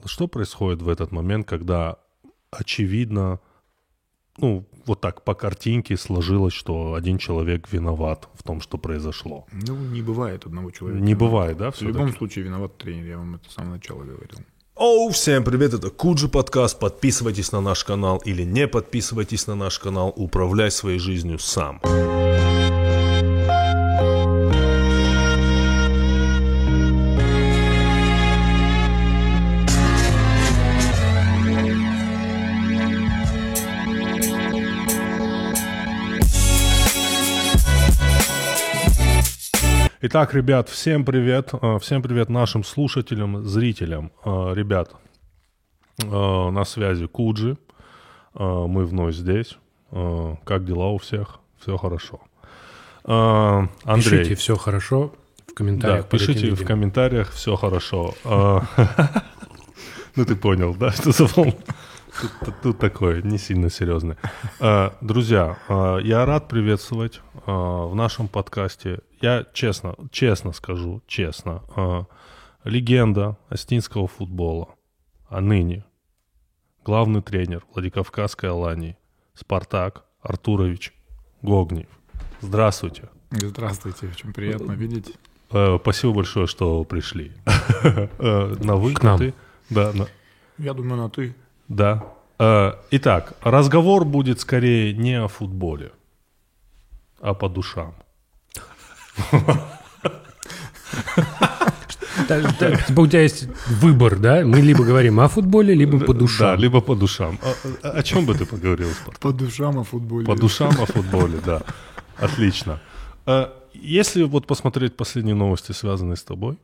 что происходит в этот момент, когда очевидно, ну, вот так по картинке сложилось, что один человек виноват в том, что произошло? Ну, не бывает одного человека. Не бывает, да? В любом случае виноват тренер, я вам это с самого начала говорил. Оу, всем привет, это Куджи подкаст. Подписывайтесь на наш канал или не подписывайтесь на наш канал. Управляй своей жизнью сам. Итак, ребят, всем привет нашим слушателям, зрителям. Ребят, на связи Куджи, мы вновь здесь. Как дела у всех? Все хорошо. Андрей. Пишите «все хорошо» в комментариях. Да, пишите в комментариях «все хорошо». Ну ты понял, да, что за волн? Тут такое, не сильно серьезное. Друзья, я рад приветствовать в нашем подкасте, я честно скажу, легенда остинского футбола, а ныне главный тренер Владикавказской Алании Спартак Артурович Гогниев. Здравствуйте. Здравствуйте, очень приятно видеть. Спасибо большое, что пришли. На вы, к нам. ты? Да, Я думаю, на «ты». Да. Итак, разговор будет скорее не о футболе, а по душам. У тебя есть выбор, да? Мы либо говорим о футболе, либо по душам. Да, либо по душам. О чем бы ты поговорил? По душам о футболе. По душам о футболе, да. Отлично. Если вот посмотреть последние новости, связанные с тобой,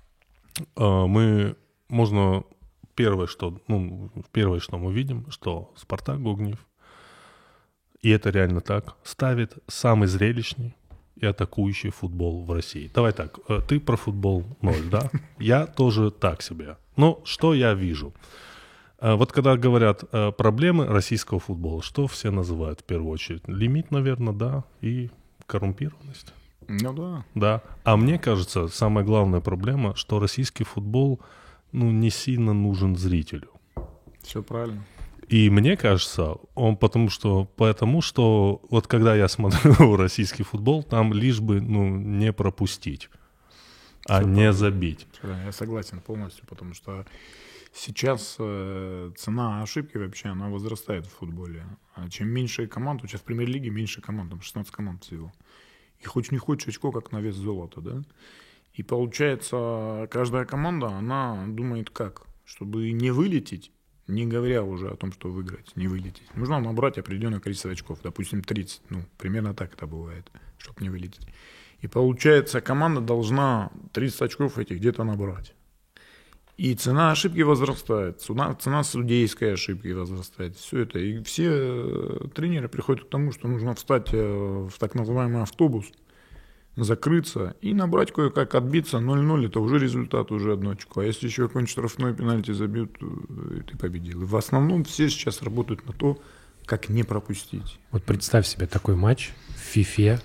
Первое, что мы видим, что Спартак Гогниев, и это реально так, ставит самый зрелищный и атакующий футбол в России. Давай так, ты про футбол 0, да? Я тоже так себе. Но что я вижу? Вот когда говорят проблемы российского футбола, что все называют в первую очередь? Лимит, наверное, да, и коррумпированность. Ну да. Да. А мне кажется, самая главная проблема, что российский футбол не сильно нужен зрителю. Все правильно. И мне кажется, потому что вот когда я смотрю российский футбол, там лишь бы не пропустить, а не забить. Я согласен полностью, потому что сейчас цена ошибки вообще, она возрастает в футболе. А чем меньше команд, сейчас в премьер-лиге меньше команд, там 16 команд всего. И хоть не хочешь очко, как на вес золота, да? И получается, каждая команда, она думает как? Чтобы не вылететь, не говоря уже о том, что выиграть, не вылететь. Нужно набрать определенное количество очков, допустим, 30. Примерно так это бывает, чтобы не вылететь. И получается, команда должна 30 очков этих где-то набрать. И цена ошибки возрастает, цена судейской ошибки возрастает. Все это. И все тренеры приходят к тому, что нужно встать в так называемый автобус, закрыться и набрать кое-как, отбиться 0-0, это уже результат, уже одно очко. А если еще какой-нибудь штрафной пенальти забьют, ты победил. И в основном все сейчас работают на то, как не пропустить. Вот представь себе такой матч в FIFA,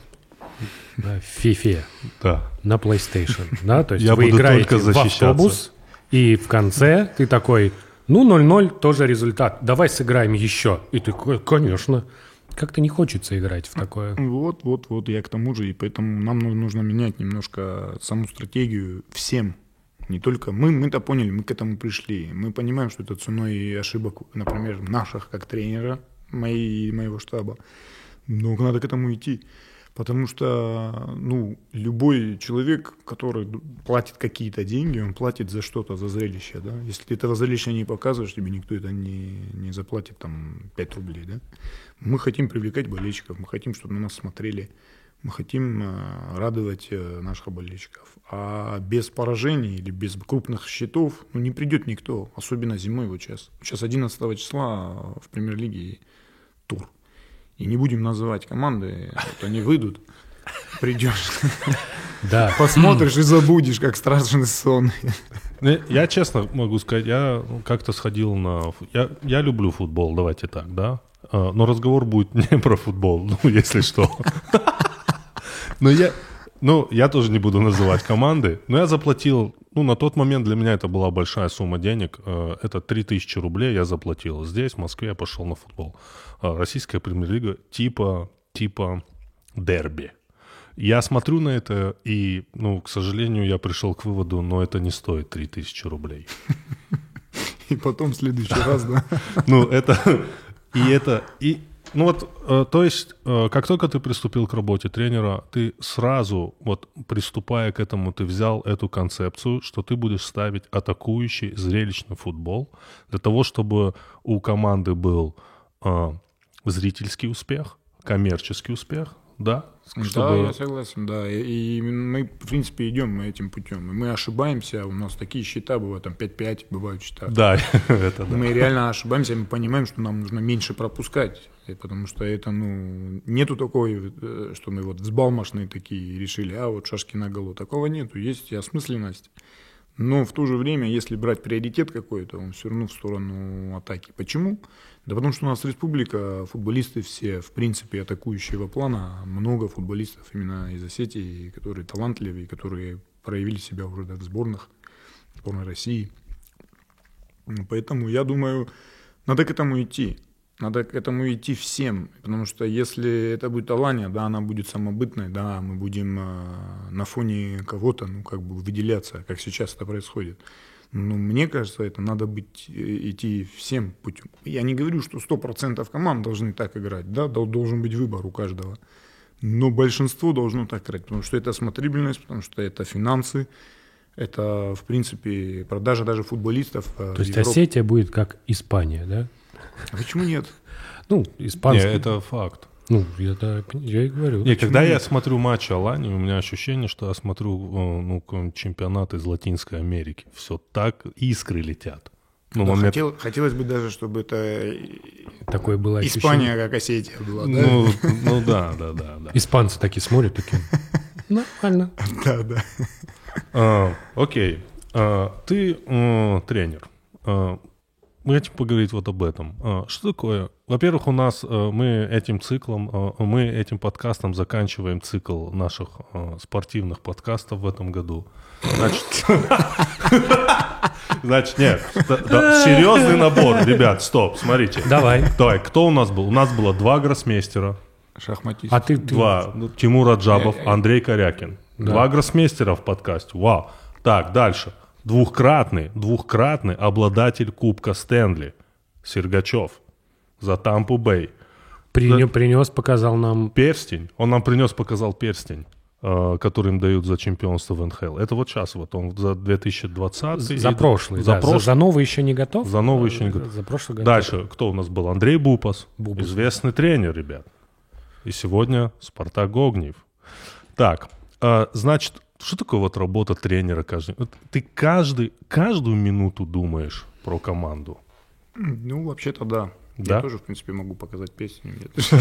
Да. на PlayStation. Да? То есть Я вы буду играете только в защищаться. автобус, и в конце ты такой, 0-0 тоже результат, давай сыграем еще. И ты такой, конечно. Как-то не хочется играть в такое. Вот, я к тому же, и поэтому нам нужно менять немножко саму стратегию всем. Не только мы-то поняли, мы к этому пришли. Мы понимаем, что это ценой ошибок, например, наших как тренера, моего штаба. Но надо к этому идти. Потому что любой человек, который платит какие-то деньги, он платит за что-то, за зрелище. Да? Если ты этого зрелища не показываешь, тебе никто это не заплатит 5 рублей. Да? Мы хотим привлекать болельщиков, мы хотим, чтобы на нас смотрели, мы хотим радовать наших болельщиков. А без поражений или без крупных счетов не придет никто, особенно зимой вот сейчас. Сейчас 11 числа в премьер-лиге тур. И не будем называть команды, вот они выйдут, придешь, Да. посмотришь и забудешь, как страшный сон. Я честно могу сказать, я как-то сходил Я люблю футбол, давайте так, да? Но разговор будет не про футбол, если что. Но я тоже не буду называть команды, но я заплатил, на тот момент для меня это была большая сумма денег. Это 3000 рублей я заплатил. Здесь, в Москве, я пошел на футбол. Российская премьер-лига типа дерби. Я смотрю на это, и, к сожалению, я пришел к выводу, но это не стоит 3000 рублей. И потом в следующий раз, да? То есть, как только ты приступил к работе тренера, ты сразу, приступая к этому, ты взял эту концепцию, что ты будешь ставить атакующий, зрелищный футбол для того, чтобы у команды был зрительский успех, коммерческий успех, да? Да, я согласен, да. И мы, в принципе, идем этим путем. И мы ошибаемся, у нас такие счета бывают, там 5-5 бывают счета. Да, это да. Мы реально ошибаемся, мы понимаем, что нам нужно меньше пропускать. Потому что это, нету такой, что мы взбалмошные такие решили, шашки на голову. Такого нету, есть и осмысленность. Но в то же время, если брать приоритет какой-то, он все равно в сторону атаки. Почему? Да потому что у нас республика, футболисты все, в принципе, атакующего плана. Много футболистов именно из Осетии, которые талантливые, которые проявили себя уже в сборной России. Поэтому, я думаю, надо к этому идти. Надо к этому идти всем, потому что если это будет Алания, да, она будет самобытной, да, мы будем на фоне кого-то, выделяться, как сейчас это происходит. Но мне кажется, это надо идти всем путем. Я не говорю, что 100% команд должны так играть, да, должен быть выбор у каждого. Но большинство должно так играть, потому что это смотрибельность, потому что это финансы, это, в принципе, продажа даже футболистов. То есть Осетия будет как Испания, да? А почему нет? Испанский. Нет, это факт. Я и говорю. Когда я смотрю матчи Алании, у меня ощущение, что я смотрю чемпионат из Латинской Америки. Все так, искры летят. Хотелось бы даже, чтобы это такое было Испания, как Осетия была, да? Да. Испанцы такие смотрят, такие, нормально. Да. Окей. Ты тренер. Мы хотим поговорить об этом. Что такое? Во-первых, у нас мы этим подкастом заканчиваем цикл наших спортивных подкастов в этом году. Значит, нет. Серьезный набор, ребят, стоп, смотрите. Давай, кто у нас был? У нас было 2 гроссмейстера. Шахматист. А ты... 2. Тимур Аджабов, Андрей Корякин. Да. 2 гроссмейстера в подкасте. Вау. Так, дальше. Двухкратный обладатель Кубка Стэнли Сергачев за Тампу Бэй. Принес, показал нам... Перстень. Он нам показал перстень, который им дают за чемпионство в НХЛ. Это сейчас, он за 2020. За прошлый, да. За новый еще не готов? За новый еще не готов. За прошлый готов. Дальше, кто у нас был? Андрей Бупас. Известный тренер, ребят. И сегодня Спартак Огниев. Так, значит... Что такое работа тренера каждый? Ты каждую минуту думаешь про команду? Вообще-то да. Да? Я тоже, в принципе, могу показать песню.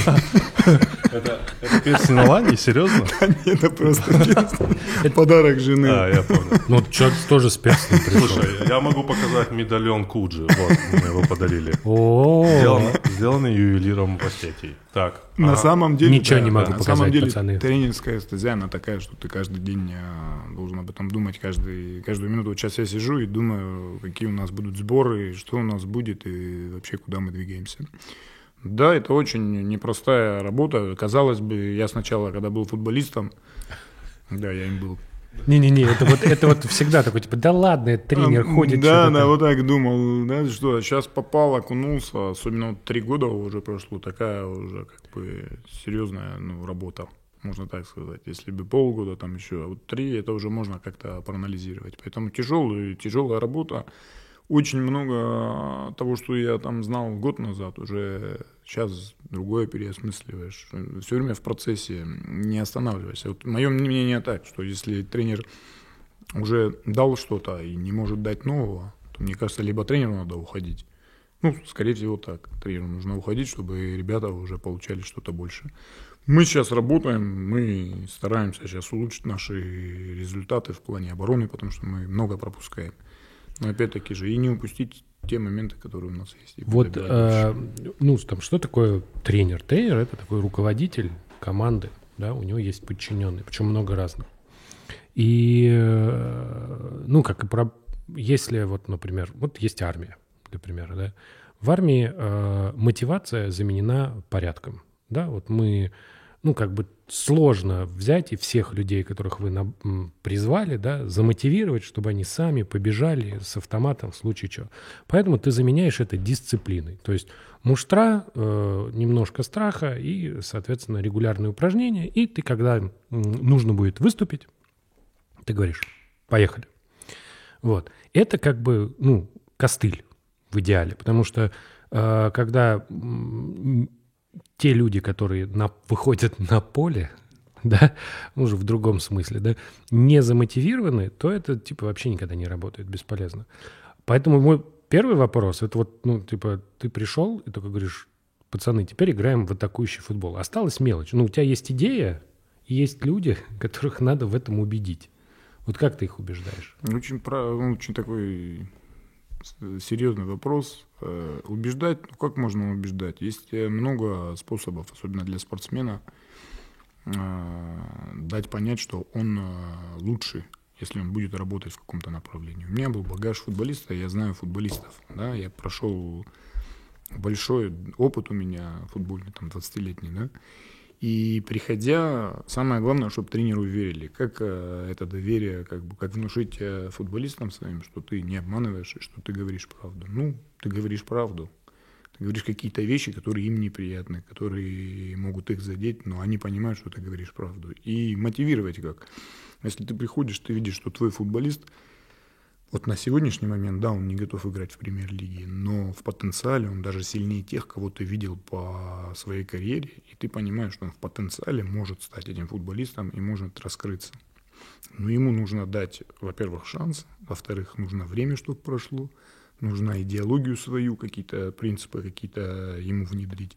Это песня Алании? Серьезно? Это просто подарок жены. Я понял. Человек тоже с перстнем пришел. Слушай, я могу показать медальон Куджи. Мне его подарили. О, Сделанный ювелиром в Осетии. Так. На самом деле... Ничего не могу на показать, самом деле, пацаны. тренерская стезя, она такая, что ты каждый день должен об этом думать, каждую минуту. Вот сейчас я сижу и думаю, какие у нас будут сборы, что у нас будет и вообще куда мы двигаемся. Да, это очень непростая работа. Казалось бы, я сначала, когда был футболистом, да, я им был. Не-не-не, это всегда такой, да ладно, тренер ходит. Да, вот так думал, да, что сейчас попал, окунулся, особенно 3 года уже прошло, такая уже серьезная работа, можно так сказать. Если бы полгода там еще, а 3 это уже можно как-то проанализировать. Поэтому тяжелая работа. Очень много того, что я там знал год назад, уже сейчас другое переосмысливаешь. Все время в процессе, не останавливайся. Мое мнение так, что если тренер уже дал что-то и не может дать нового, то, мне кажется, либо тренеру надо уходить. Скорее всего, так. Тренеру нужно уходить, чтобы ребята уже получали что-то больше. Мы сейчас работаем, мы стараемся сейчас улучшить наши результаты в плане обороны, потому что мы много пропускаем. Но опять-таки же и не упустить те моменты, которые у нас есть. Что такое тренер? Тренер — это такой руководитель команды, да, у него есть подчиненные, причем много разных. И, ну, как и если вот, например, вот есть армия, для примера, да, в армии мотивация заменена порядком, да, вот мы, ну, как бы сложно взять и всех людей, которых вы призвали, да, замотивировать, чтобы они сами побежали с автоматом в случае чего. Поэтому ты заменяешь это дисциплиной. То есть муштра, немножко страха и, соответственно, регулярные упражнения. И ты, когда нужно будет выступить, ты говоришь: поехали. Вот. Это как бы, ну, костыль в идеале. Потому что когда те люди, которые выходят на поле, да, уже в другом смысле, да, не замотивированы, то это, типа, вообще никогда не работает, бесполезно. Поэтому мой первый вопрос, это вот, ну, типа, ты пришел и только говоришь: пацаны, теперь играем в атакующий футбол. Осталась мелочь. Ну, у тебя есть идея, и есть люди, которых надо в этом убедить. Вот как ты их убеждаешь? Очень такой серьезный вопрос. Убеждать, ну как можно убеждать? Есть много способов, особенно для спортсмена, дать понять, что он лучше, если он будет работать в каком-то направлении. У меня был багаж футболиста, я знаю футболистов, да, я прошел большой опыт у меня футбольный, там 20-летний, да, и приходя, самое главное, чтобы тренеру верили. Как это доверие, как внушить футболистам своим, что ты не обманываешь и что ты говоришь правду. Ну, ты говоришь правду. Ты говоришь какие-то вещи, которые им неприятны, которые могут их задеть, но они понимают, что ты говоришь правду. И мотивировать как? Если ты приходишь, ты видишь, что твой футболист, вот на сегодняшний момент, да, он не готов играть в премьер-лиге, но в потенциале он даже сильнее тех, кого ты видел по своей карьере, и ты понимаешь, что он в потенциале может стать этим футболистом и может раскрыться. Но ему нужно дать, во-первых, шанс, во-вторых, нужно время, чтобы прошло, нужно идеологию свою, какие-то принципы какие-то ему внедрить.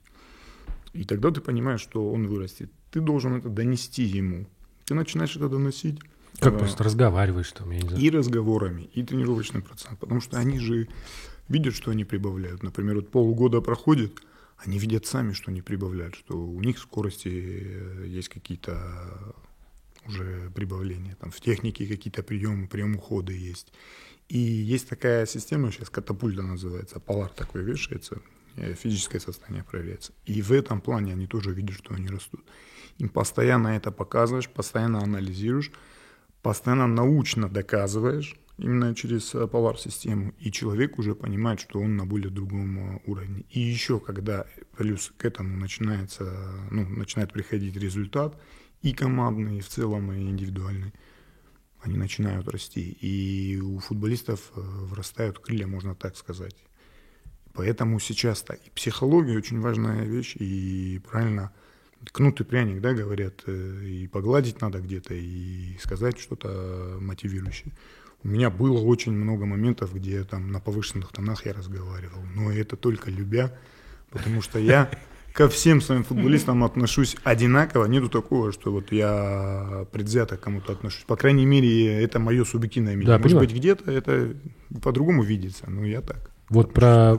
И тогда ты понимаешь, что он вырастет. Ты должен это донести ему. Ты начинаешь это доносить. Как просто разговариваешь там, я не знаю. И разговорами, и тренировочный процент. Потому что они же видят, что они прибавляют. Например, вот полгода проходит, они видят сами, что они прибавляют, что у них в скорости есть какие-то уже прибавления. Там в технике какие-то прием ухода есть. И есть такая система, сейчас катапульта называется, полар такой вешается, физическое состояние проверяется. И в этом плане они тоже видят, что они растут. Им постоянно это показываешь, постоянно анализируешь, постоянно научно доказываешь именно через Polar-систему, и человек уже понимает, что он на более другом уровне. И еще, когда плюс к этому начинает приходить результат, и командный, и в целом, и индивидуальный, они начинают расти. И у футболистов вырастают крылья, можно так сказать. Поэтому сейчас так. И психология очень важная вещь, и правильно... Кнут и пряник, да, говорят, и погладить надо где-то, и сказать что-то мотивирующее. У меня было очень много моментов, где там на повышенных тонах я разговаривал, но это только любя, потому что я ко всем своим футболистам отношусь одинаково, нету такого, что вот я предвзято к кому-то отношусь. По крайней мере, это мое субъективное мнение. Да, может быть, где-то это по-другому видится, но я так. Вот про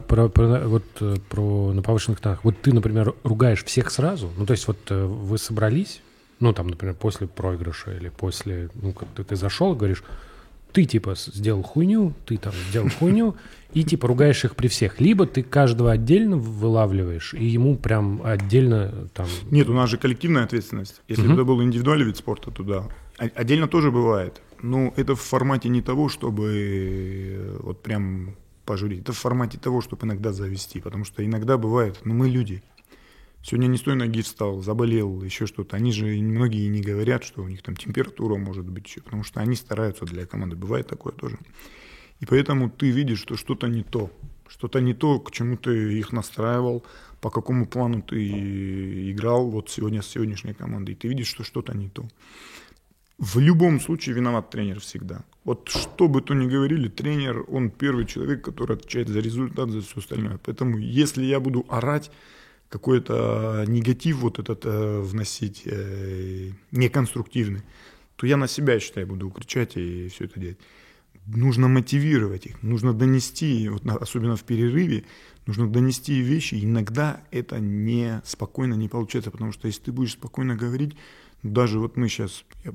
на повышенных тонах. Вот ты, например, ругаешь всех сразу. Ну, то есть вот вы собрались, ну, там, например, после проигрыша или после, ну, как ты зашел и говоришь: ты, типа, сделал хуйню, ты там сделал хуйню, и, типа, ругаешь их при всех. Либо ты каждого отдельно вылавливаешь, и ему прям отдельно там... Нет, у нас же коллективная ответственность. Если бы это был индивидуальный вид спорта, то да. Отдельно тоже бывает. Но это в формате не того, чтобы вот прям... пожурить. Это в формате того, чтобы иногда завести, потому что иногда бывает, мы люди. Сегодня не с той ноги встал, заболел, еще что-то. Они же многие не говорят, что у них там температура может быть еще, потому что они стараются для команды. Бывает такое тоже. И поэтому ты видишь, что что-то не то, к чему ты их настраивал, по какому плану ты играл вот сегодня с сегодняшней командой. И ты видишь, что что-то не то. В любом случае виноват тренер всегда. Вот что бы то ни говорили, тренер, он первый человек, который отвечает за результат, за все остальное. Поэтому если я буду орать, какой-то негатив вот этот вносить, неконструктивный, то я на себя, считай, буду кричать и все это делать. Нужно мотивировать их, нужно донести, вот особенно в перерыве, нужно донести вещи. Иногда это спокойно не получается, потому что если ты будешь спокойно говорить, даже вот мы сейчас, я буду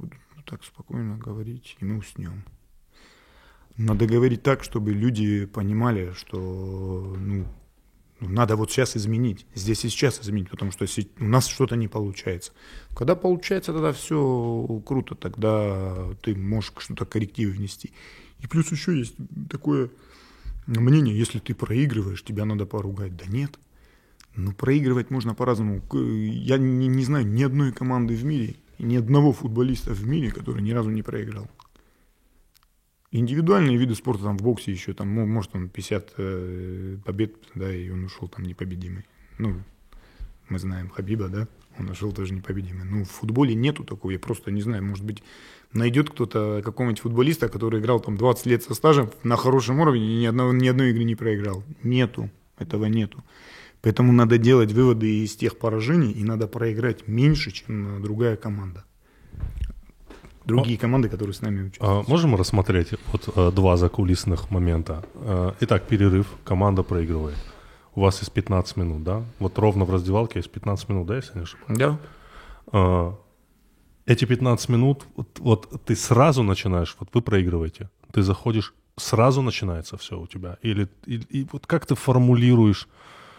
так спокойно говорить, и мы уснем. Надо говорить так, чтобы люди понимали, что надо вот сейчас изменить, здесь и сейчас изменить, потому что у нас что-то не получается. Когда получается, тогда все круто, тогда ты можешь что-то коррективы внести. И плюс еще есть такое мнение, если ты проигрываешь, тебя надо поругать. Да нет, проигрывать можно по-разному. Я не знаю ни одной команды в мире, ни одного футболиста в мире, который ни разу не проиграл. Индивидуальные виды спорта, там в боксе еще, там, может, он 50 побед, да, и он ушел там непобедимый. Мы знаем Хабиба, да, он ушел тоже непобедимый. В футболе нету такого, я просто не знаю, может быть, найдет кто-то какого-нибудь футболиста, который играл там 20 лет со стажем на хорошем уровне и ни одной игры не проиграл. Нету, этого нету. Поэтому надо делать выводы из тех поражений, и надо проиграть меньше, чем другая команда. Другие команды, которые с нами участвуют. Можем рассмотреть два закулисных момента? Итак, перерыв, команда проигрывает. У вас есть 15 минут, да? Вот ровно в раздевалке есть 15 минут, да, если не ошибаюсь? Да. Эти 15 минут, вот ты сразу начинаешь, вот вы проигрываете, ты заходишь, сразу начинается все у тебя? Или вот как ты формулируешь,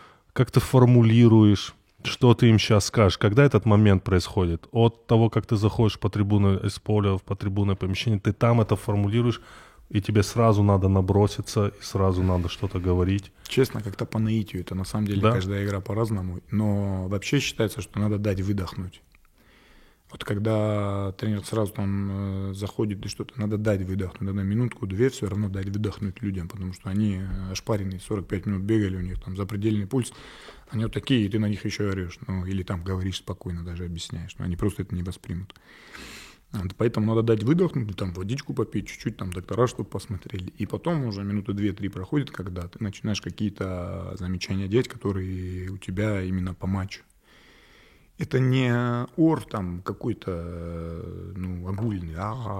что ты им сейчас скажешь? Когда этот момент происходит? От того, как ты заходишь по трибуне из поля, по трибунное помещение, ты там это формулируешь, и тебе сразу надо наброситься, и сразу надо что-то говорить? Честно, как-то по наитию. Это на самом деле каждая игра по-разному. Но вообще считается, что надо дать выдохнуть. Вот когда тренер сразу там заходит и что-то, надо дать выдохнуть. Надо минутку-две все равно дать выдохнуть людям, потому что они ошпаренные, 45 минут бегали, у них там запредельный пульс. Они вот такие, и ты на них еще орешь. Или там говоришь спокойно, даже объясняешь. Но они просто это не воспримут. Поэтому надо дать выдохнуть, там водичку попить, чуть-чуть там доктора чтобы посмотрели. И потом уже минуты 2-3 проходит, когда ты начинаешь какие-то замечания делать, которые у тебя именно по матчу. Это не ор там какой-то, огульный,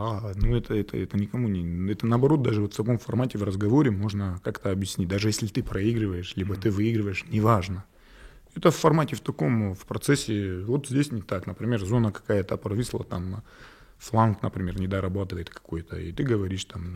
это никому не... Это наоборот, даже вот в таком формате в разговоре можно как-то объяснить. Даже если ты проигрываешь, либо ты выигрываешь, неважно. Это в формате в таком, в процессе, вот здесь не так. Например, зона какая-то провисла, там фланг, например, не дорабатывает какой-то, и ты говоришь там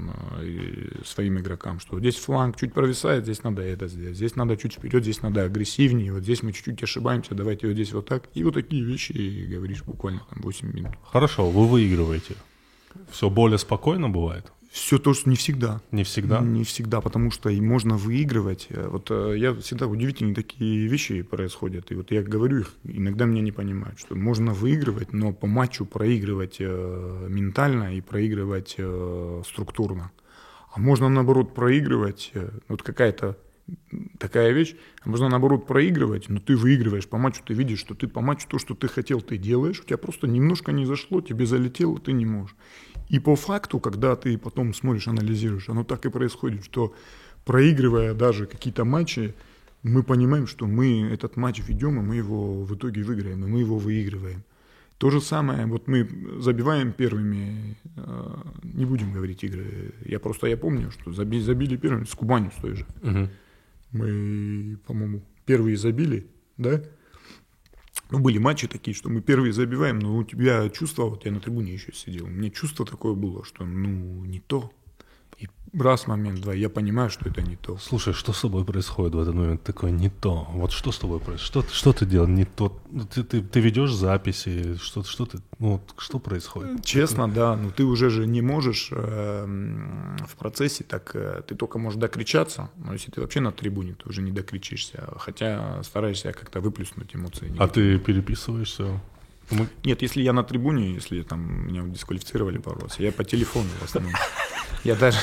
своим игрокам, что здесь фланг чуть провисает, здесь надо это сделать, здесь надо чуть вперед, здесь надо агрессивнее, вот здесь мы чуть-чуть ошибаемся, давайте вот здесь вот так. И вот такие вещи говоришь буквально там 8 минут. Хорошо, вы выигрываете. Все более спокойно бывает? Все то, что не всегда. Не всегда? Не всегда, потому что и можно выигрывать. Вот я всегда удивительные такие вещи происходят. И вот я говорю их, иногда меня не понимают, что можно выигрывать, но по матчу проигрывать ментально и проигрывать структурно. А можно, наоборот, проигрывать, вот какая-то такая вещь, можно, наоборот, проигрывать, но ты выигрываешь по матчу, ты видишь, что ты по матчу то, что ты хотел, ты делаешь, у тебя просто немножко не зашло, тебе залетело, ты не можешь. И по факту, когда ты потом смотришь, анализируешь, оно так и происходит, что проигрывая даже какие-то матчи, мы понимаем, что мы этот матч ведем, и мы его в итоге выиграем, и мы его выигрываем. То же самое, вот мы забиваем первыми, не будем говорить игры, я помню, что забили первыми с Кубанью с той же. Угу. Мы, по-моему, первые забили, да? Были матчи такие, что мы первые забиваем, но у тебя чувство, вот я на трибуне еще сидел, у меня чувство такое было, что не то. И раз, момент, два, я понимаю, что это не то. Слушай, что с тобой происходит в этот момент? Такое не то. Вот что с тобой происходит? Что ты делаешь? Не то. Ты ведешь записи? Что происходит? Честно, да. Но ты уже же не можешь в процессе так... Ты только можешь докричаться, но если ты вообще на трибуне, ты уже не докричишься. Хотя стараешься как-то выплеснуть эмоции. А ты переписываешься? Нет, если я на трибуне, если там меня дисквалифицировали пару раз, я по телефону в основном. Я даже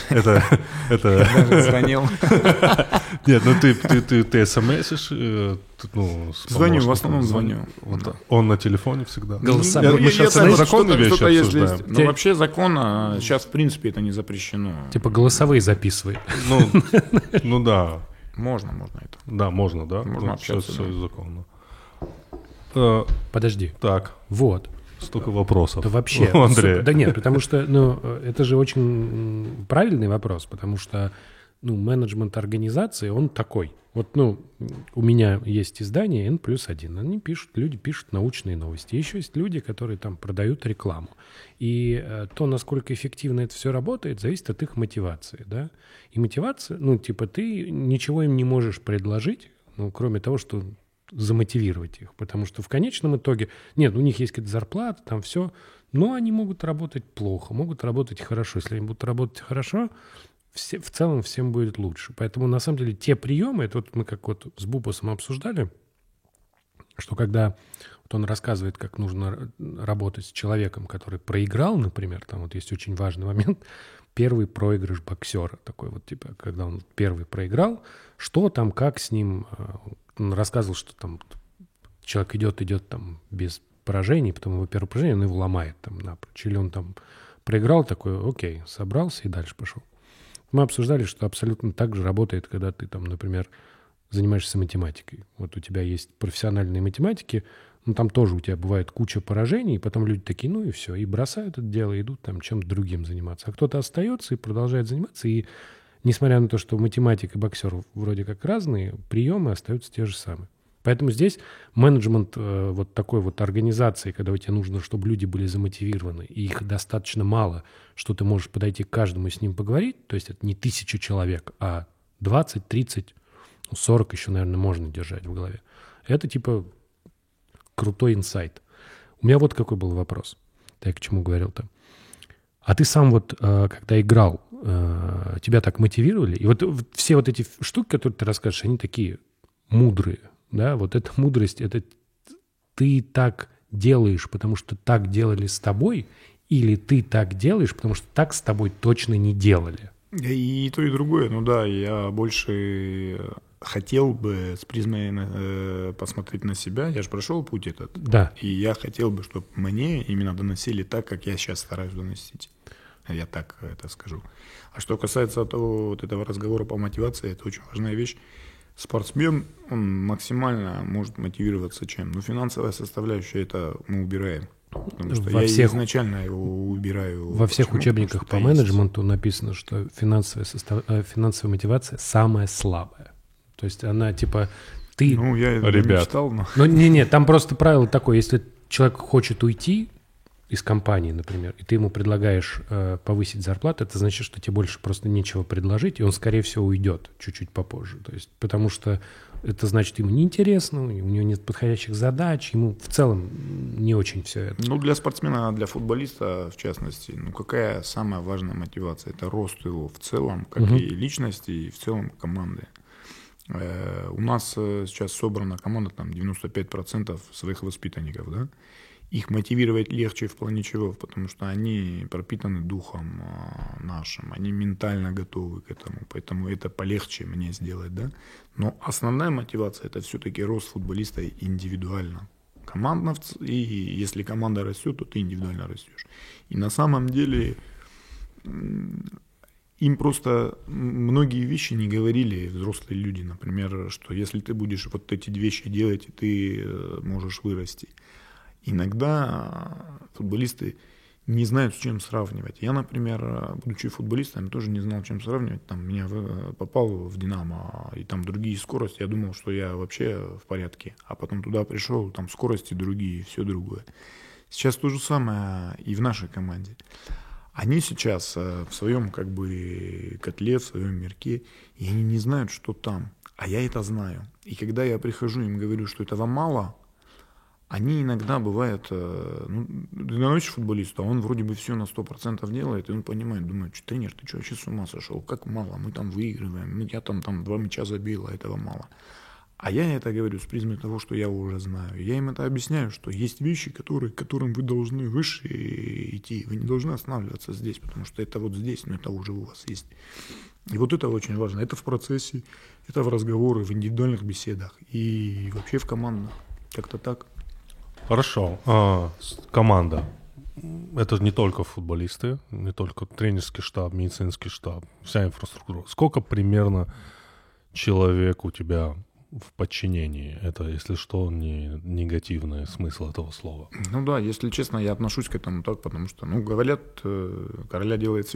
звонил. Нет, ты смс-ишь? Звоню, в основном звоню. Он на телефоне всегда? Голосовой. Мы сейчас законные вещи обсуждаем. Но вообще закон сейчас, в принципе, это не запрещено. Типа голосовые записывай. Ну да. Можно это. Да, можно, да? Можно общаться. Все законно. Подожди. Так. Вот. Столько вопросов. Да вообще. Андрея. Да нет, потому что это же очень правильный вопрос, потому что менеджмент организации, он такой. Вот, у меня есть издание N+1. Они люди пишут научные новости. Еще есть люди, которые там продают рекламу. И то, насколько эффективно это все работает, зависит от их мотивации, да. И мотивация, ты ничего им не можешь предложить, кроме того, что замотивировать их. Потому что в конечном итоге, нет, у них есть какая-то зарплата, там все, но они могут работать плохо, могут работать хорошо. Если они будут работать хорошо, в целом всем будет лучше. Поэтому, на самом деле, те приемы, это вот мы как вот с Бубасом обсуждали, что когда вот он рассказывает, как нужно работать с человеком, который проиграл, например, там вот есть очень важный момент, первый проигрыш боксера, такой вот, когда он первый проиграл, что там, как с ним, он рассказывал, что там человек идет там без поражений, потом его первое поражение, он его ломает там напрочь. Или он там проиграл, такой, окей, собрался и дальше пошел. Мы обсуждали, что абсолютно так же работает, когда ты там, например, занимаешься математикой. Вот у тебя есть профессиональные математики, там тоже у тебя бывает куча поражений, и потом люди такие, и все, и бросают это дело, и идут там чем-то другим заниматься. А кто-то остается и продолжает заниматься, и несмотря на то, что математик и боксер вроде как разные, приемы остаются те же самые. Поэтому здесь менеджмент вот такой вот организации, когда тебе нужно, чтобы люди были замотивированы, и их достаточно мало, что ты можешь подойти к каждому и с ним поговорить, то есть это не 1000 человек, а 20, 30, 40 еще, наверное, можно держать в голове. Это крутой инсайт. У меня вот какой был вопрос. Я к чему говорил-то? А ты сам вот, когда играл, тебя так мотивировали? И вот все вот эти штуки, которые ты расскажешь, они такие мудрые. Да, вот эта мудрость, это ты так делаешь, потому что так делали с тобой, или ты так делаешь, потому что так с тобой точно не делали? И то, и другое. Я больше хотел бы с призмой посмотреть на себя. Я же прошел путь этот. Да. И я хотел бы, чтобы мне именно доносили так, как я сейчас стараюсь доносить. Я так это скажу. А что касается этого разговора по мотивации, это очень важная вещь. Спортсмен, он максимально может мотивироваться чем? Финансовая составляющая, это мы убираем. Потому что я изначально его убираю. Во всех учебниках по менеджменту написано, что финансовая мотивация самая слабая. То есть она ты... я это не читал, но... Там просто правило такое, если человек хочет уйти из компании, например, и ты ему предлагаешь повысить зарплату, это значит, что тебе больше просто нечего предложить, и он, скорее всего, уйдет чуть-чуть попозже. То есть, потому что это значит, ему неинтересно, у него нет подходящих задач, ему в целом не очень все это. Для спортсмена, для футболиста, в частности, какая самая важная мотивация? Это рост его в целом, как и личности, и в целом команды. У нас сейчас собрана команда, там 95% своих воспитанников, да? Их мотивировать легче в плане чего? Потому что они пропитаны духом нашим, они ментально готовы к этому, поэтому это полегче мне сделать, да? Но основная мотивация – это все-таки рост футболиста индивидуально. Командно, и если команда растет, то ты индивидуально растешь. И на самом деле им просто многие вещи не говорили взрослые люди, например, что если ты будешь вот эти вещи делать, ты можешь вырасти. Иногда футболисты не знают, с чем сравнивать. Я, например, будучи футболистом, тоже не знал, чем сравнивать. Меня попал в «Динамо», и там другие скорости. Я думал, что я вообще в порядке. А потом туда пришел, там скорости другие, все другое. Сейчас то же самое и в нашей команде. Они сейчас в своем котле, в своем мирке, и они не знают, что там. А я это знаю. И когда я прихожу, им говорю, что этого мало, они иногда бывают, ты наносишь футболиста, он вроде бы все на 100% делает, и он понимает, думает, тренер, ты что, вообще с ума сошел, как мало, мы там выигрываем, я там 2 мяча забил, а этого мало. А я это говорю с призмой того, что я уже знаю. Я им это объясняю, что есть вещи, к которым вы должны выше идти, вы не должны останавливаться здесь, потому что это вот здесь, но это уже у вас есть. И вот это очень важно, это в процессе, это в разговорах, в индивидуальных беседах и вообще в командах, как-то так. Хорошо. Команда. Это же не только футболисты, не только тренерский штаб, медицинский штаб, вся инфраструктура. Сколько примерно человек у тебя в подчинении? Это, если что, не негативный смысл этого слова. Если честно, я отношусь к этому так, потому что, говорят, короля делает свита.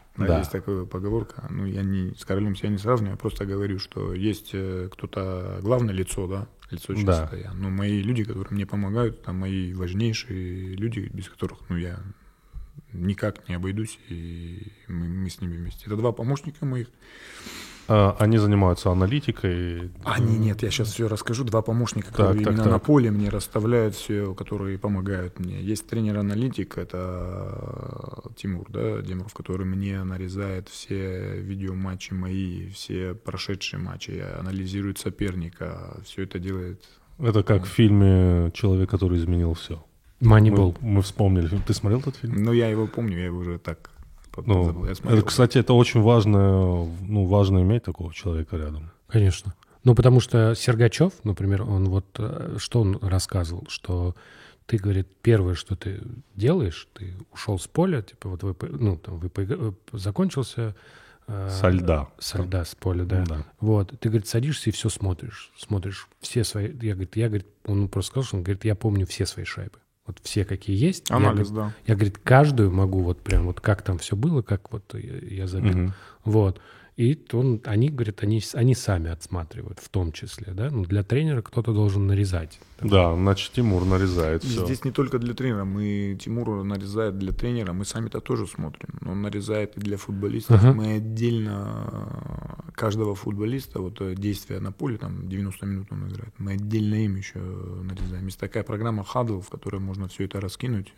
Да. Есть такая поговорка. Ну, я не с королем себя не сравниваю, я просто говорю, что есть кто-то главное лицо, да, лицо честное. Но мои люди, которые мне помогают, это мои важнейшие люди, без которых, ну, я никак не обойдусь, и мы с ними вместе. Это 2 помощника моих. Они занимаются аналитикой. Нет, я сейчас все расскажу. 2 помощника, которые именно на поле мне расставляют все, которые помогают мне. Есть тренер-аналитик, это Тимур, да, Демров, который мне нарезает все видеоматчи мои, все прошедшие матчи, анализирует соперника, все это делает. Это как в фильме «Человек, который изменил все». Moneyball. Мы вспомнили. Ты смотрел этот фильм? Ну, я его помню, я его уже так... Ну, это, кстати, это очень важно, ну, важно иметь такого человека рядом. Конечно. Ну, потому что Сергачев, например, он вот, что он рассказывал, что ты, говорит, первое, что ты делаешь, ты ушел с поля, типа вот закончился... Со льда. С поля, да. Вот. Ты, говорит, садишься и все смотришь. Смотришь все свои... Он просто сказал, что он говорит, я помню все свои шайбы. Вот все, какие есть. Анализ, да. Я, говорит, каждую могу вот прям вот как там все было, как вот я забил. Вот. И они, говорит, они сами отсматривают в том числе, да. Ну, для тренера кто-то должен нарезать. Да, значит, Тимур нарезает все. Здесь не только для тренера. Тимур нарезает для тренера. Мы сами-то тоже смотрим. Он нарезает и для футболистов. Мы отдельно каждого футболиста, вот действия на поле, там 90 минут он играет, мы отдельно им еще нарезаем. Есть такая программа Huddle, в которой можно все это раскинуть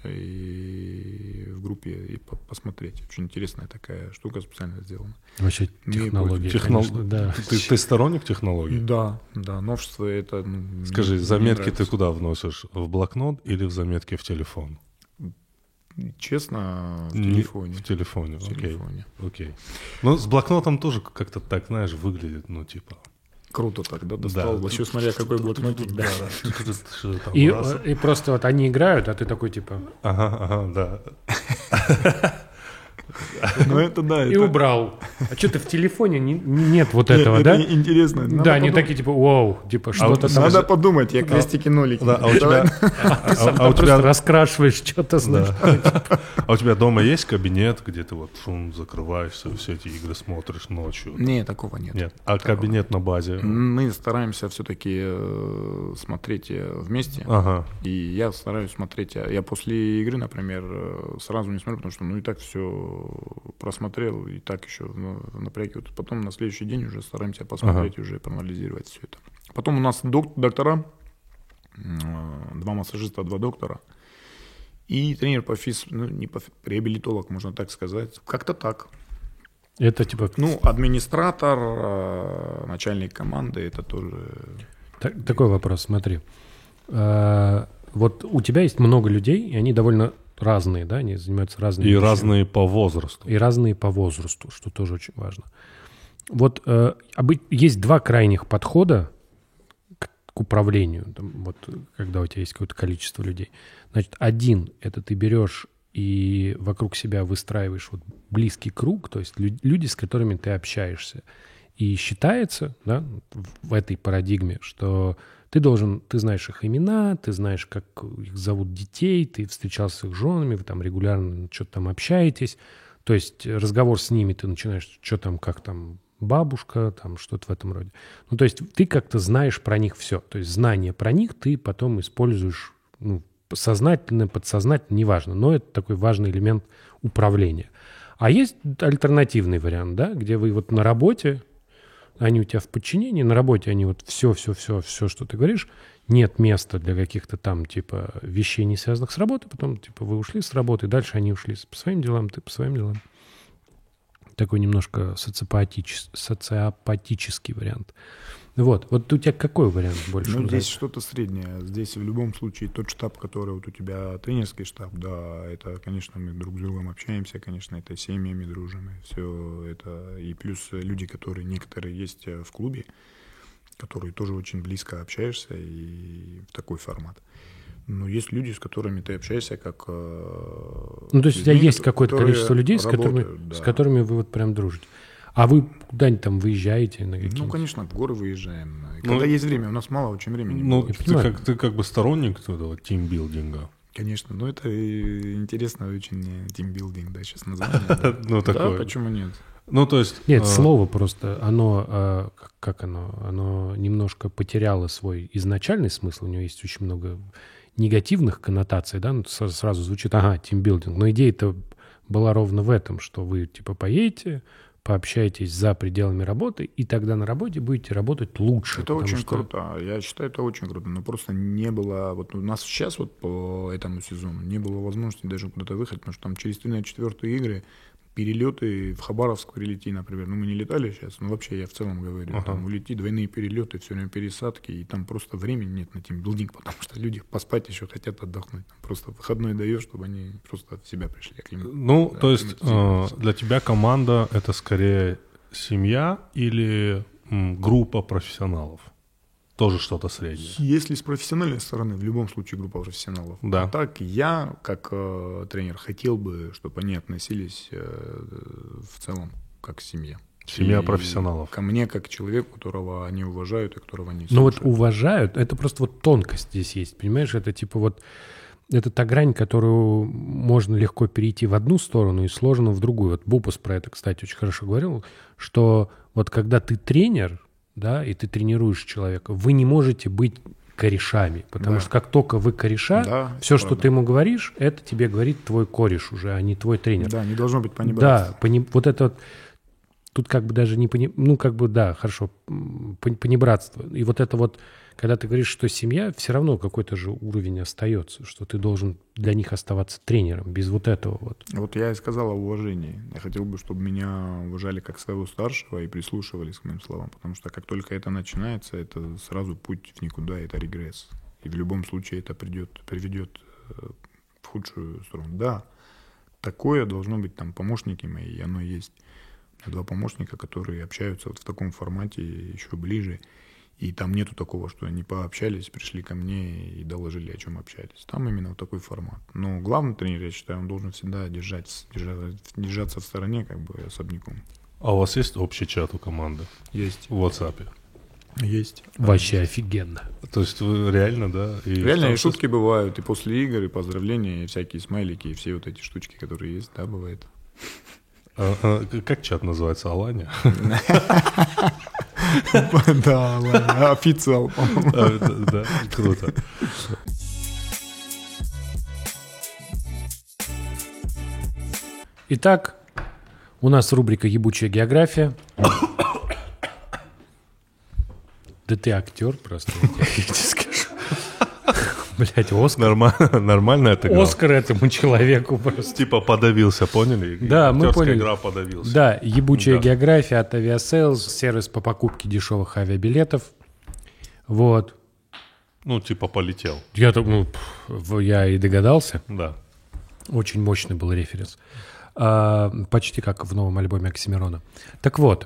и в группе и посмотреть. Очень интересная такая штука специально сделана. Вообще технологии, конечно, да. Ты сторонник технологий? Да, новшество это... Скажи, заметки ты куда вносишь? В блокнот или в заметки в телефон? Честно, в телефоне. В телефоне, окей. Ну, с блокнотом тоже как-то так, знаешь, выглядит, ну, типа... Круто так, да, достал. Да. Еще смотря какой блокнотик, да. И просто вот они играют, а ты такой, типа... Ага, да. Ну, это да. И убрал. А что-то в телефоне нет вот этого, да? Это интересно. Да, они такие, типа, вау, типа, что-то там... Надо подумать, я крестики-нолики. Да, а у тебя... просто раскрашиваешь что-то, значит. А у тебя дома есть кабинет, где ты вот закрываешься, все эти игры смотришь ночью? Нет, такого нет. Нет. А кабинет на базе? Мы стараемся все-таки смотреть вместе. Ага. И я стараюсь смотреть. Я после игры, например, сразу не смотрю, потому что, ну, и так все просмотрел, и так еще напряги. Вот потом на следующий день уже стараемся посмотреть, уже проанализировать все это. Потом у нас доктора, 2 массажиста, 2 доктора, и тренер по реабилитолог, можно так сказать. Как-то так. Это типа... Ну, администратор, начальник команды, это тоже... Такой вопрос, смотри. Вот у тебя есть много людей, и они довольно разные, да, они занимаются разными вещами. Разные по возрасту. И разные по возрасту, что тоже очень важно. Вот есть 2 крайних подхода к управлению, там, вот, когда у тебя есть какое-то количество людей. Значит, один — это ты берешь и вокруг себя выстраиваешь вот близкий круг, то есть люди, с которыми ты общаешься. И считается, да, в этой парадигме, что ты знаешь их имена, ты знаешь, как их зовут детей, ты встречался с их женами, вы там регулярно что-то там общаетесь. То есть разговор с ними ты начинаешь, что там, как там бабушка, там что-то в этом роде. Ну, то есть ты как-то знаешь про них все. То есть знание про них ты потом используешь, ну, сознательно, подсознательно, неважно. Но это такой важный элемент управления. А есть альтернативный вариант, да, где вы вот на работе, они у тебя в подчинении, на работе они вот все, что ты говоришь, нет места для каких-то там, типа, вещей, не связанных с работой, потом, типа, вы ушли с работы, дальше они ушли по своим делам, ты по своим делам. Такой немножко социопатический вариант. Вот у тебя какой вариант больше Ну, нравится? здесь что-то среднее. Здесь в любом случае тот штаб, который вот у тебя, тренерский штаб, да, это, конечно, мы друг с другом общаемся, конечно, это семьями дружим, и все это. И плюс люди, которые некоторые есть в клубе, которые тоже очень близко общаешься, и в такой формат. Но есть люди, с которыми ты общаешься как... Ну, то есть у тебя есть какое-то количество людей, с которыми вы вот прям дружите. А вы куда-нибудь там выезжаете? На ну, конечно, в горы выезжаем. Когда есть время, у нас мало очень времени. Ну, ты как бы сторонник этого тимбилдинга? Конечно, но это интересно очень тимбилдинг, да, сейчас название. Ну, Да, такое. почему нет? Ну, то есть... Нет, слово просто, оно, как оно немножко потеряло свой изначальный смысл, у него есть очень много негативных коннотаций, да, ну, сразу звучит, ага, тимбилдинг, но идея-то была ровно в этом, что вы, типа, поедете, пообщаетесь за пределами работы, и тогда на работе будете работать лучше. Это потому очень что- круто. Я считаю, это очень круто. Но просто не было... Вот у нас сейчас вот по этому сезону не было возможности даже куда-то выехать, потому что там через 3 на 4 игры перелеты в Хабаровск прилети, например. Ну, мы не летали сейчас, но вообще я в целом говорю. Ага. Там улети, двойные перелеты, все время пересадки, и там просто времени нет на тимбилдинг, потому что люди поспать еще хотят отдохнуть. Там просто выходной даешь, чтобы они просто в себя пришли. Ну, Да, то есть акклиматизировались. для тебя команда — это скорее семья или группа профессионалов? Тоже что-то среднее. Если с профессиональной стороны, в любом случае группа профессионалов. Да. А так я, как тренер, хотел бы, чтобы они относились в целом как к семье. Семья И профессионалов. Ко мне, как к человеку, которого они уважают и которого они Ну вот слушают. уважают, это просто вот тонкость здесь есть, понимаешь? Это типа вот, это та грань, которую можно легко перейти в одну сторону и сложно в другую. Вот Бупус про это, кстати, очень хорошо говорил, что вот когда ты тренер, да, и ты тренируешь человека, вы не можете быть корешами, потому Да. что как только вы кореша, Да, все, это что правда. ты ему говоришь, это тебе говорит твой кореш уже, а не твой тренер. Да, не должно быть Да, понебратства. вот это вот, тут как бы даже не ну как бы да, хорошо, понебратство. И вот это вот, когда ты говоришь, что семья, все равно какой-то же уровень остается, что ты должен для них оставаться тренером, без вот этого вот. Вот я и сказал о уважении. Я хотел бы, чтобы меня уважали как своего старшего и прислушивались к моим словам, потому что как только это начинается, это сразу путь в никуда, это регресс. И в любом случае это приведет в худшую сторону. Да, такое должно быть, там помощники мои, и оно есть. У меня 2 помощника, которые общаются вот в таком формате еще ближе. И там нету такого, что они пообщались, пришли ко мне и доложили, о чем общались. Там именно вот такой формат. Но главный тренер, я считаю, он должен всегда держаться в стороне, как бы особняком. А у вас есть общий чат у команды Есть. в WhatsApp? Есть. Вообще офигенно. То есть вы реально, да? И Реально там и шутки бывают, и после игр, и поздравления, и всякие смайлики, и все вот эти штучки, которые есть, да, бывает. Как чат называется? Аланя? Да, ладно, официал, по-моему. Да, круто. Итак, у нас рубрика «Ебучая география». Да ты актер просто, я тебе скажу. Блять, Оскар. Нормально это игра? Оскар этому человеку просто. Типа подавился, поняли? Да, мы Актерская поняли. игра подавился. Да, ебучая Да. география от Aviasales, сервис по покупке дешевых авиабилетов. Вот. Ну, типа полетел. Я я и догадался. Да. Очень мощный был референс. Почти как в новом альбоме Оксимирона. Так вот.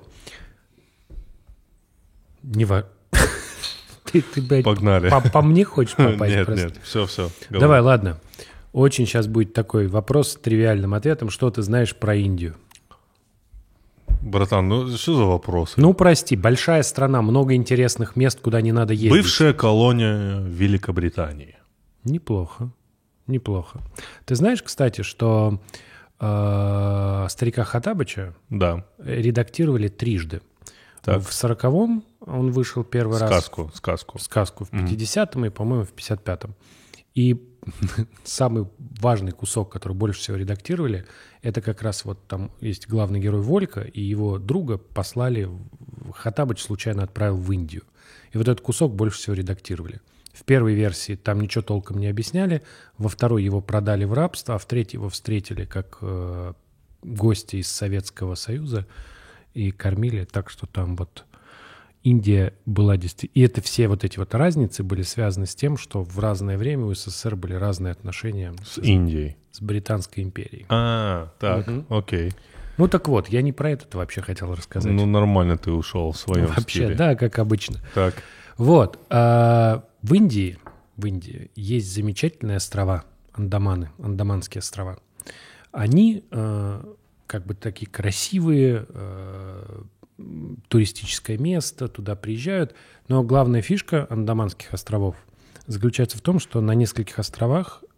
Ты, блядь, Погнали. по мне хочешь попасть? Нет, просто? нет, все. Давай, ладно. Очень сейчас будет такой вопрос с тривиальным ответом. Что ты знаешь про Индию? Братан, ну что за вопросы? Ну, прости, большая страна, много интересных мест, куда не надо ездить. Бывшая колония Великобритании. Неплохо, неплохо. Ты знаешь, кстати, что старика Хаттабыча Да. редактировали трижды. Так. В 40-м он вышел первый раз. Сказку. Сказку в 50-м и, по-моему, в 55-м. И самый важный кусок, который больше всего редактировали, это как раз вот там есть главный герой Волька, и его друга послали, Хаттабыч случайно отправил в Индию. И вот этот кусок больше всего редактировали. В первой версии там ничего толком не объясняли, во второй его продали в рабство, а в третьей его встретили как гости из Советского Союза и кормили, так что там вот Индия была действительно... И это все вот эти вот разницы были связаны с тем, что в разное время у СССР были разные отношения С Индией. с Британской империей. Так, окей. Ну так вот, я не про это вообще хотел рассказать. Ну, нормально ты ушел в своем Вообще, стиле. да, как обычно. Так. Вот. В Индии есть замечательные острова, Андаманы, Андаманские острова. Они как бы такие красивые, туристическое место, туда приезжают. Но главная фишка Андаманских островов заключается в том, что на нескольких островах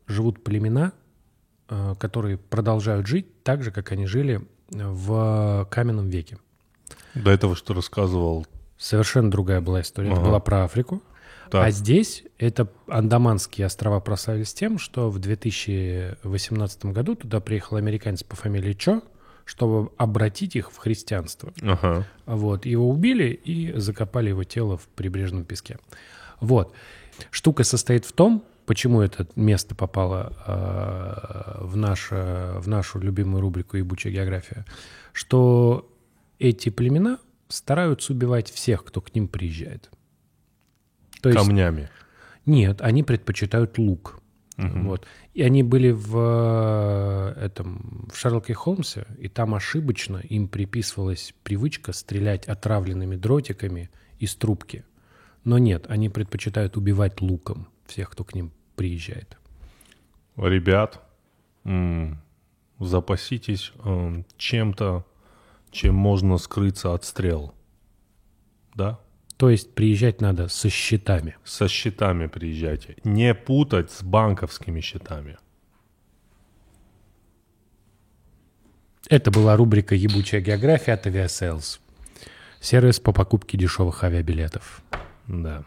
живут племена, которые продолжают жить так же, как они жили в каменном веке. До этого, что рассказывал. Совершенно другая была история. Это была про Африку. Так. А здесь это Андаманские острова прославились тем, что в 2018 году туда приехал американец по фамилии Чо, чтобы обратить их в христианство. Ага. Вот. Его убили и закопали его тело в прибрежном песке. Вот. Штука состоит в том, почему это место попало в нашу любимую рубрику «Ебучая география», что эти племена стараются убивать всех, кто к ним приезжает. То есть, Камнями. нет, они предпочитают лук. Вот. И они были в Шерлоке Холмсе, и там ошибочно им приписывалась привычка стрелять отравленными дротиками из трубки. Но нет, они предпочитают убивать луком всех, кто к ним приезжает. Ребят, запаситесь чем-то, чем можно скрыться от стрел. Да? То есть приезжать надо со щитами. Со щитами приезжайте. Не путать с банковскими щитами. Это была рубрика «Ебучая география» от Aviasales. Сервис по покупке дешевых авиабилетов. Да.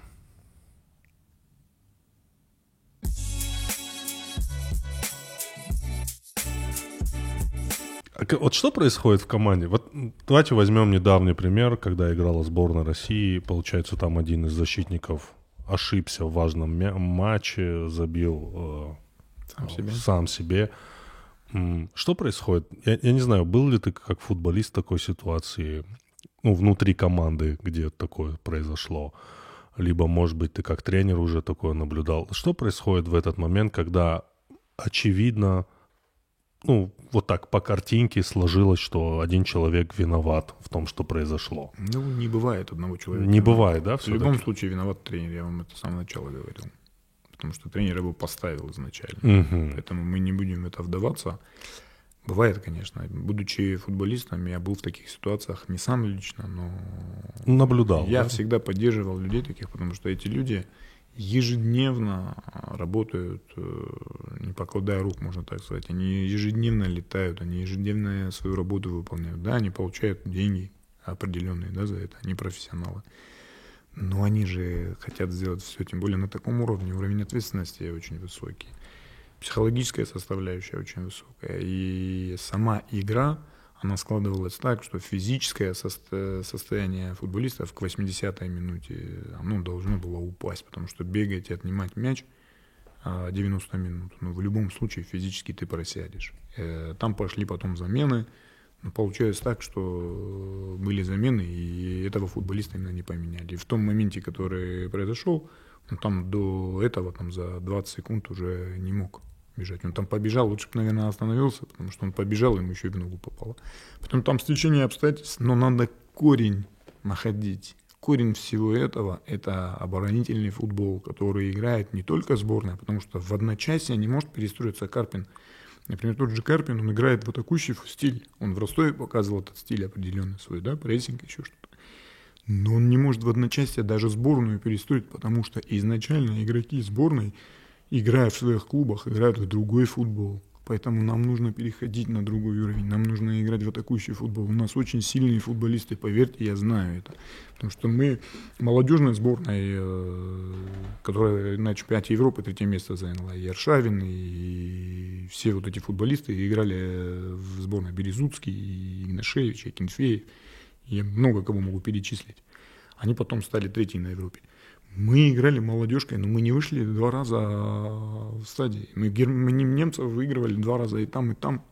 Вот что происходит в команде? Вот давайте возьмем недавний пример, когда играла сборная России. Получается, там один из защитников ошибся в важном матче, забил сам себе. Что происходит? Я не знаю, был ли ты как футболист в такой ситуации, внутри команды, где такое произошло? Либо, может быть, ты как тренер уже такое наблюдал. Что происходит в этот момент, когда очевидно, вот так по картинке сложилось, что один человек виноват в том, что произошло? Не бывает одного человека. Не бывает, да? В любом случае виноват тренер, я вам это с самого начала говорил. Потому что тренер его поставил изначально. Поэтому мы не будем в это вдаваться. Бывает, конечно. Будучи футболистом, я был в таких ситуациях не сам лично, но... Наблюдал, Я да? всегда поддерживал людей таких, потому что эти люди ежедневно работают, не покладая рук, можно так сказать. Они ежедневно летают, они ежедневно свою работу выполняют. Да, они получают деньги определенные, да, за это, они профессионалы. Но они же хотят сделать все, тем более на таком уровне. Уровень ответственности очень высокий. Психологическая составляющая очень высокая. И сама игра, она складывалась так, что физическое состояние футболистов к 80-й минуте должно было упасть, потому что бегать и отнимать мяч 90 минут, в любом случае физически ты просядешь. Там пошли потом замены, но получилось так, что были замены, и этого футболиста именно не поменяли. И в том моменте, который произошел, там до этого за 20 секунд уже не мог бежать. Он там побежал, лучше бы, наверное, остановился, потому что он побежал, ему еще и в ногу попало. Потом там стечение обстоятельств, но надо корень находить. Корень всего этого – это оборонительный футбол, который играет не только сборная, потому что в одночасье не может перестроиться Карпин. Например, тот же Карпин, он играет в атакующий стиль. Он в Ростове показывал этот стиль определенный свой, да, прессинг, еще что-то. Но он не может в одночасье даже сборную перестроить, потому что изначально игроки сборной, играя в своих клубах, играют в другой футбол. Поэтому нам нужно переходить на другой уровень, нам нужно играть в атакующий футбол. У нас очень сильные футболисты, поверьте, я знаю это. Потому что мы молодежной сборной, которая на чемпионате Европы 3 место заняла, и Аршавин, и все вот эти футболисты играли в сборной Березуцкий, и Игнашевич, и Кенфеев. Я много кого могу перечислить. Они потом стали 3 на Европе. Мы играли молодежкой, но мы не вышли 2 раза в стадии. Мы немцев выигрывали 2 раза и там, и там.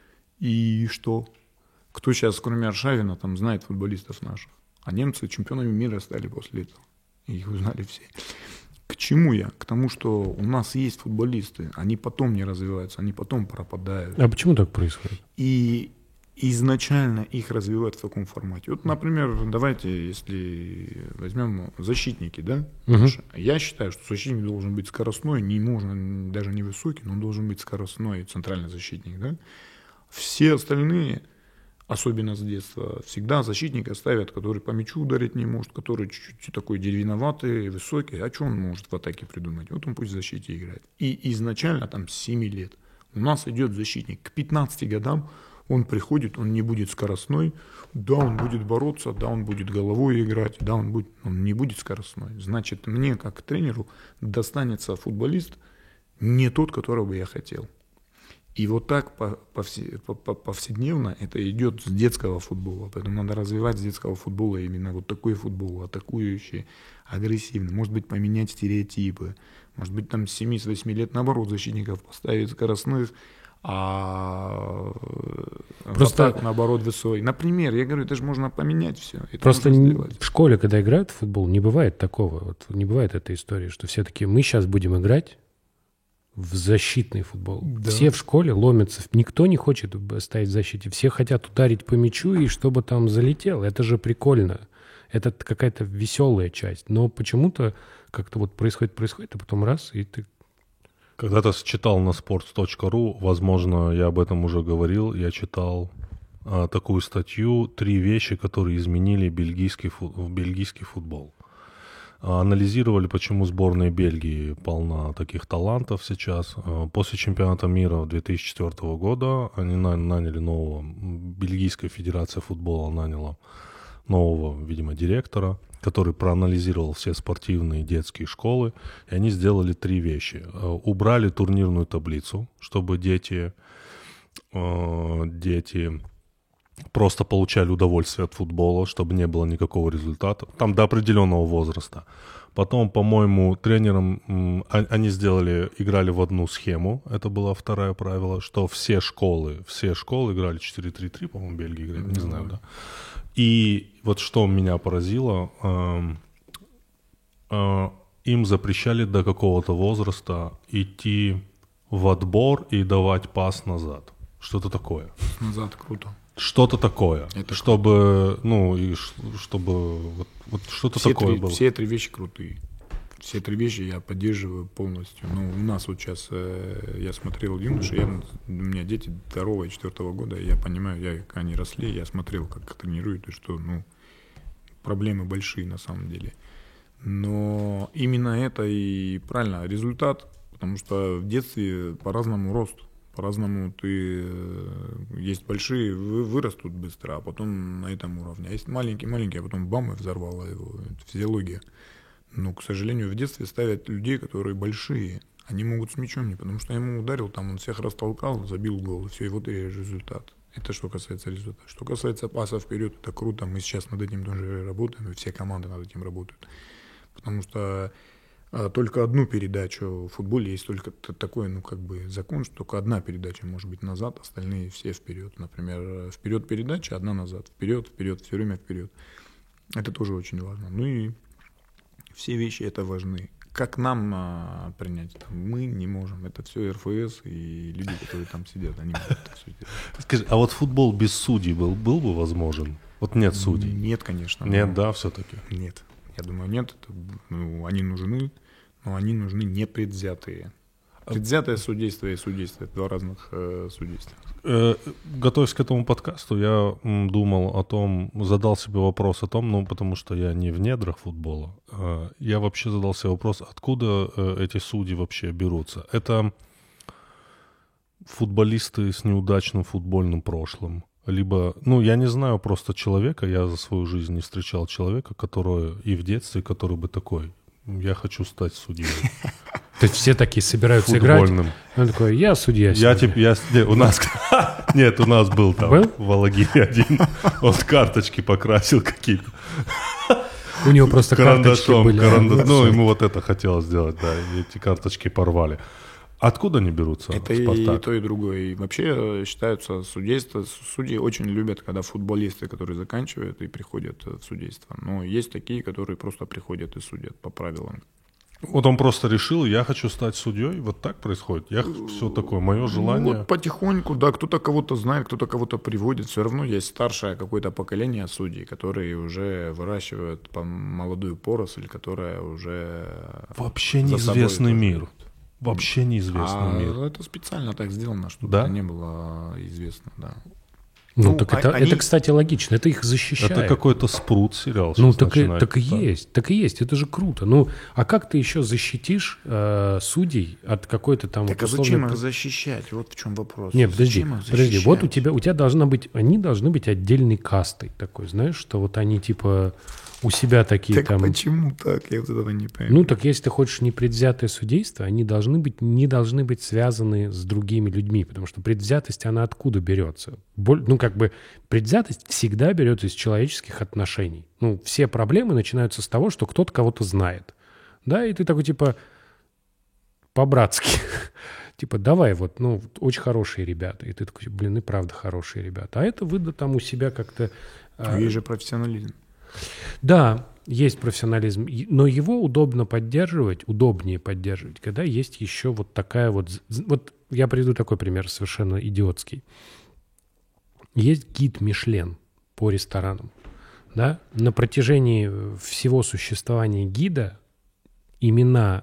И что? Кто сейчас, кроме Аршавина, там знает футболистов наших? А немцы чемпионами мира стали после этого. Их узнали все. К чему я? К тому, что у нас есть футболисты. Они потом не развиваются, они потом пропадают. А почему так происходит? И изначально их развивают в таком формате. Вот, например, давайте, если возьмем защитники, да? Я считаю, что защитник должен быть скоростной, не можно даже не высокий, но он должен быть скоростной центральный защитник, да? Все остальные, особенно с детства, всегда защитника ставят, который по мячу ударить не может, который чуть-чуть такой деревиноватый, высокий. А что он может в атаке придумать? Вот он пусть в защите играет. И изначально там с 7 лет у нас идет защитник. К 15 годам он приходит, он не будет скоростной, да, он будет бороться, да, он будет головой играть, да, он не будет скоростной. Значит, мне, как тренеру, достанется футболист не тот, которого бы я хотел. И вот так повседневно это идет с детского футбола. Поэтому надо развивать с детского футбола именно вот такой футбол, атакующий, агрессивный. Может быть, поменять стереотипы. Может быть, там с 7-8 лет, наоборот, защитников поставить скоростных, а просто атаку, наоборот, высокий. Например, я говорю, это же можно поменять все. Это просто в школе, когда играют в футбол, не бывает такого. Вот не бывает этой истории, что все таки мы сейчас будем играть в защитный футбол. Да. Все в школе ломятся. Никто не хочет стоять в защите. Все хотят ударить по мячу и чтобы там залетел. Это же прикольно. Это какая-то веселая часть. Но почему-то как-то вот происходит, а потом раз, и ты... Когда-то читал на sports.ru, возможно, я об этом уже говорил, я читал такую статью «3 вещи, которые изменили бельгийский футбол». Анализировали, почему сборная Бельгии полна таких талантов сейчас. После чемпионата мира 2004 года они наняли нового, Бельгийская федерация футбола наняла нового, видимо, директора, который проанализировал все спортивные детские школы, и они сделали 3 вещи. Убрали турнирную таблицу, чтобы дети просто получали удовольствие от футбола, чтобы не было никакого результата. Там до определенного возраста. Потом, по-моему, тренерам они играли в одну схему. Это было второе правило, что все школы играли 4-3-3, по-моему, в Бельгии играли, не знаю, да. И вот что меня поразило, им запрещали до какого-то возраста идти в отбор и давать пас назад. Что-то такое. Назад круто. Что-то такое, это чтобы, чтобы вот что-то такое было. Все 3 вещи крутые. Все 3 вещи я поддерживаю полностью. Ну, у нас вот сейчас, я смотрел юноши, у меня дети 2 и 4 года, я понимаю, как они росли, я смотрел, как тренируют, и что, проблемы большие на самом деле. Но именно это и правильно, результат, потому что в детстве по-разному рост. По-разному есть большие, вырастут быстро, а потом на этом уровне. А есть маленькие, а потом бам, и взорвало его. Это физиология. Но, к сожалению, в детстве ставят людей, которые большие. Они могут с мячом не, потому что я ему ударил, там он всех растолкал, забил гол, и все, и вот и результат. Это что касается результата. Что касается паса вперед, это круто. Мы сейчас над этим тоже работаем, и все команды над этим работают. Потому что только одну передачу в футболе есть только такой, закон, что только одна передача может быть назад, остальные все вперед. Например, вперед передача, одна назад, вперед, все время вперед. Это тоже очень важно. Ну и все вещи это важны. Как нам принять? Мы не можем. Это все РФС и люди, которые там сидят, они могут это все делать. Скажи, а вот футбол без судей был бы возможен? Вот нет судей. Нет, конечно. Нет, да, все-таки? Нет. Я думаю, нет. Они нужны, но они нужны непредвзятые. Предвзятое судейство и судейство — это 2 разных судейства. Готовясь к этому подкасту, я задал себе вопрос о том, потому что я не в недрах футбола, я вообще задал себе вопрос, откуда эти судьи вообще берутся. Это футболисты с неудачным футбольным прошлым, либо, я не знаю просто человека, я за свою жизнь не встречал человека, который и в детстве, который бы такой: я хочу стать судьей. То есть все такие собираются играть. Он такой: я судья. У нас был там в Алагире один, он карточки покрасил какие-то. У него просто карточки были. Ему вот это хотелось сделать, да, и эти карточки порвали. Откуда они берутся? Это и то, и другое. И вообще считаются судьи очень любят, когда футболисты, которые заканчивают и приходят в судейство. Но есть такие, которые просто приходят и судят по правилам. Вот он просто решил: я хочу стать судьей, вот так происходит. Все такое, мое желание. Вот потихоньку, да, кто-то кого-то знает, кто-то кого-то приводит. Все равно есть старшее какое-то поколение судей, которые уже выращивают молодую поросль, которая уже... Вообще неизвестный мир. Вообще неизвестный мир. Это специально так сделано, чтобы это не было известно, да. Ну, так это, кстати, логично. Это их защищает. Это какой-то Спрут сериал. Ну, так и есть. Так и есть. Это же круто. Ну, а как ты еще защитишь судей от какой-то там... Так, а зачем их защищать? Вот в чем вопрос. Нет, подожди. Вот у тебя должна быть... Они должны быть отдельной кастой такой, знаешь, что вот они типа... У себя такие так там... почему так? Я вот этого не понимаю. Ну, так если ты хочешь непредвзятое судейство, они не должны быть связаны с другими людьми, потому что предвзятость, она откуда берется? Ну, как бы предвзятость всегда берется из человеческих отношений. Ну, все проблемы начинаются с того, что кто-то кого-то знает. Да, и ты такой, типа, по-братски. Типа, давай, вот, ну, очень хорошие ребята. И ты такой, блин, и правда хорошие ребята. А это вы там у себя как-то... Есть же профессионализм. Да, есть профессионализм, но его удобнее поддерживать, когда есть еще вот такая вот... Вот я приведу такой пример, совершенно идиотский. Есть гид Мишлен по ресторанам. Да? На протяжении всего существования гида имена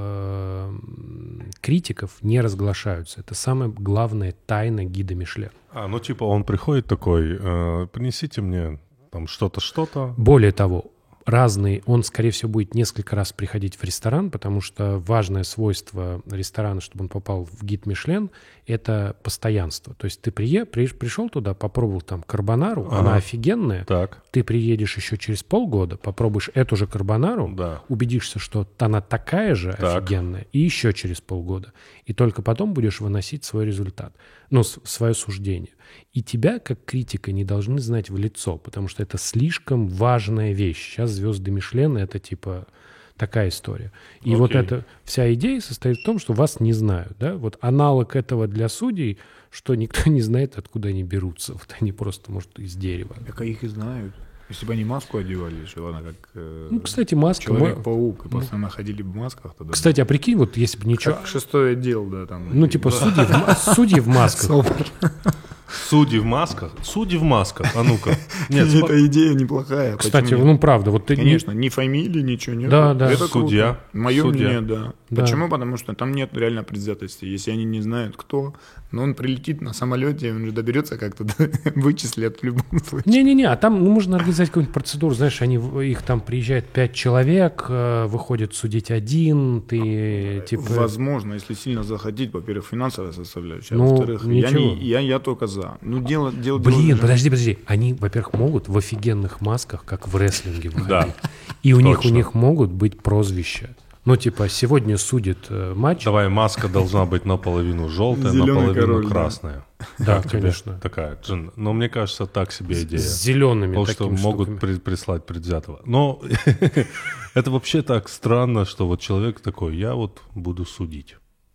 критиков не разглашаются. Это самая главная тайна гида Мишлен. Ну типа он приходит такой, принесите мне... Там что-то. Более того, он, скорее всего, будет несколько раз приходить в ресторан, потому что важное свойство ресторана, чтобы он попал в гид Мишлен, это постоянство. То есть ты пришел туда, попробовал там карбонару, она офигенная, так. Ты приедешь еще через полгода, попробуешь эту же карбонару, убедишься, что она такая же офигенная, и еще через полгода. И только потом будешь выносить свой результат, свое суждение. И тебя, как критика, не должны знать в лицо, потому что это слишком важная вещь. Сейчас звезды Мишлена — это типа такая история. И вот эта вся идея состоит в том, что вас не знают. Да? Вот аналог этого для судей, что никто не знает, откуда они берутся. Вот они просто, может, из дерева. Так их и знают. Если бы они маску одевали, еще ладно, как кстати, маска... Человек-паук, и постоянно ходили в масках. Тогда... Кстати, а прикинь, вот если бы ничего... Как 6-й отдел, да, там. Ну, типа судьи в масках. Судьи в масках? Судьи в масках, а ну-ка. Нет, эта идея неплохая. Кстати, правда. Вот ты конечно, ни фамилии, ничего нет. Да. Это судья. Мое мнение, да. Почему? Потому что там нет реально предвзятости. Если они не знают, кто, но он прилетит на самолете, он же доберется как-то, вычислят в любом случае. Не-не-не, а там можно организовать какую-нибудь процедуру, знаешь, их там приезжает 5 человек, выходит судить один, ты типа... Возможно, если сильно захотеть, во-первых, финансовая составляющая, во-вторых, я только за. Дело Блин, подожди. Они, во-первых, могут в офигенных масках, как в рестлинге, выходить. Да. И у них могут быть прозвища. Ну, типа, сегодня судит матч. Давай, маска должна быть наполовину желтая, наполовину красная. Да, конечно. Такая, Джин. Но мне кажется, так себе идея. С зелеными потому что могут прислать предвзятого. Но это вообще так странно, что вот человек такой, я вот буду судить.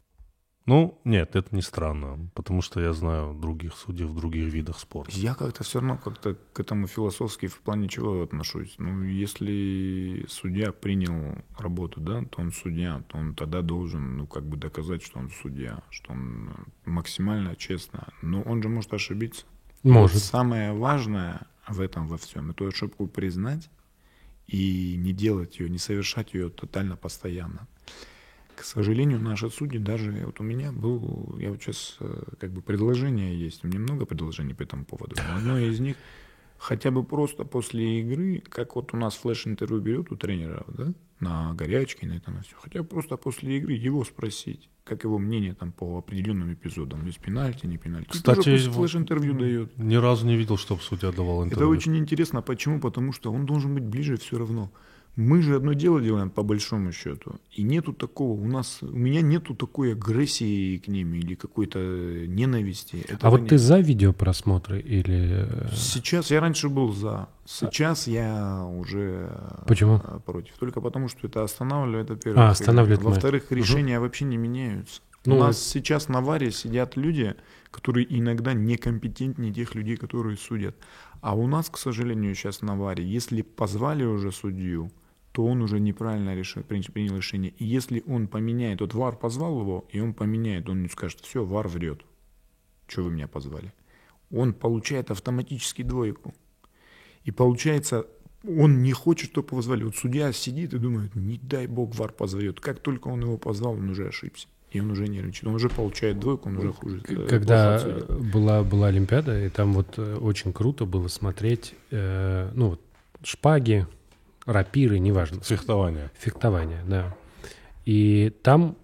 Ну, нет, это не странно, потому что я знаю других судей в других видах спорта. Я как-то все равно как-то к этому философски в плане чего отношусь. Ну, если судья принял работу, да, то он судья, то он тогда должен, доказать, что он судья, что он максимально честно. Но он же может ошибиться. Может. Вот самое важное в этом во всем — эту ошибку признать и не делать ее, не совершать ее тотально постоянно. К сожалению, наши судьи, даже вот у меня я вот сейчас, предложение есть, у меня много предложений по этому поводу, но одно из них, хотя бы просто после игры, как вот у нас флеш-интервью берет у тренера, да, на горячке, на этом, все, хотя бы просто после игры его спросить, как его мнение там по определенным эпизодам, есть пенальти, не пенальти. Кстати, флеш-интервью дает. Ни разу не видел, чтобы судья давал интервью. Это очень интересно. Почему? Потому что он должен быть ближе все равно. Мы же одно дело делаем по большому счету, и нету такого, у меня нету такой агрессии к ним или какой-то ненависти. А вот ты за видеопросмотры или... Сейчас я раньше был за, сейчас я уже Почему? Против. Только потому, что это останавливает, во-первых. Останавливает. Во-вторых, решения вообще не меняются. У нас сейчас на ВАРе сидят люди, которые иногда некомпетентнее тех людей, которые судят. А у нас, к сожалению, сейчас на ВАРе, если позвали уже судью, то он уже неправильно принял решение. И если он поменяет, вот ВАР позвал его, и он поменяет, он не скажет, все, ВАР врет. Что вы меня позвали? Он получает автоматически двойку. И получается, он не хочет, чтобы позвали. Вот судья сидит и думает, не дай бог ВАР позовет. Как только он его позвал, он уже ошибся. и он уже нервничает. Он уже получает двойку, он уже хуже. Когда была Олимпиада, и там вот очень круто было смотреть, ну, шпаги, рапиры, неважно. Фехтование, да. И там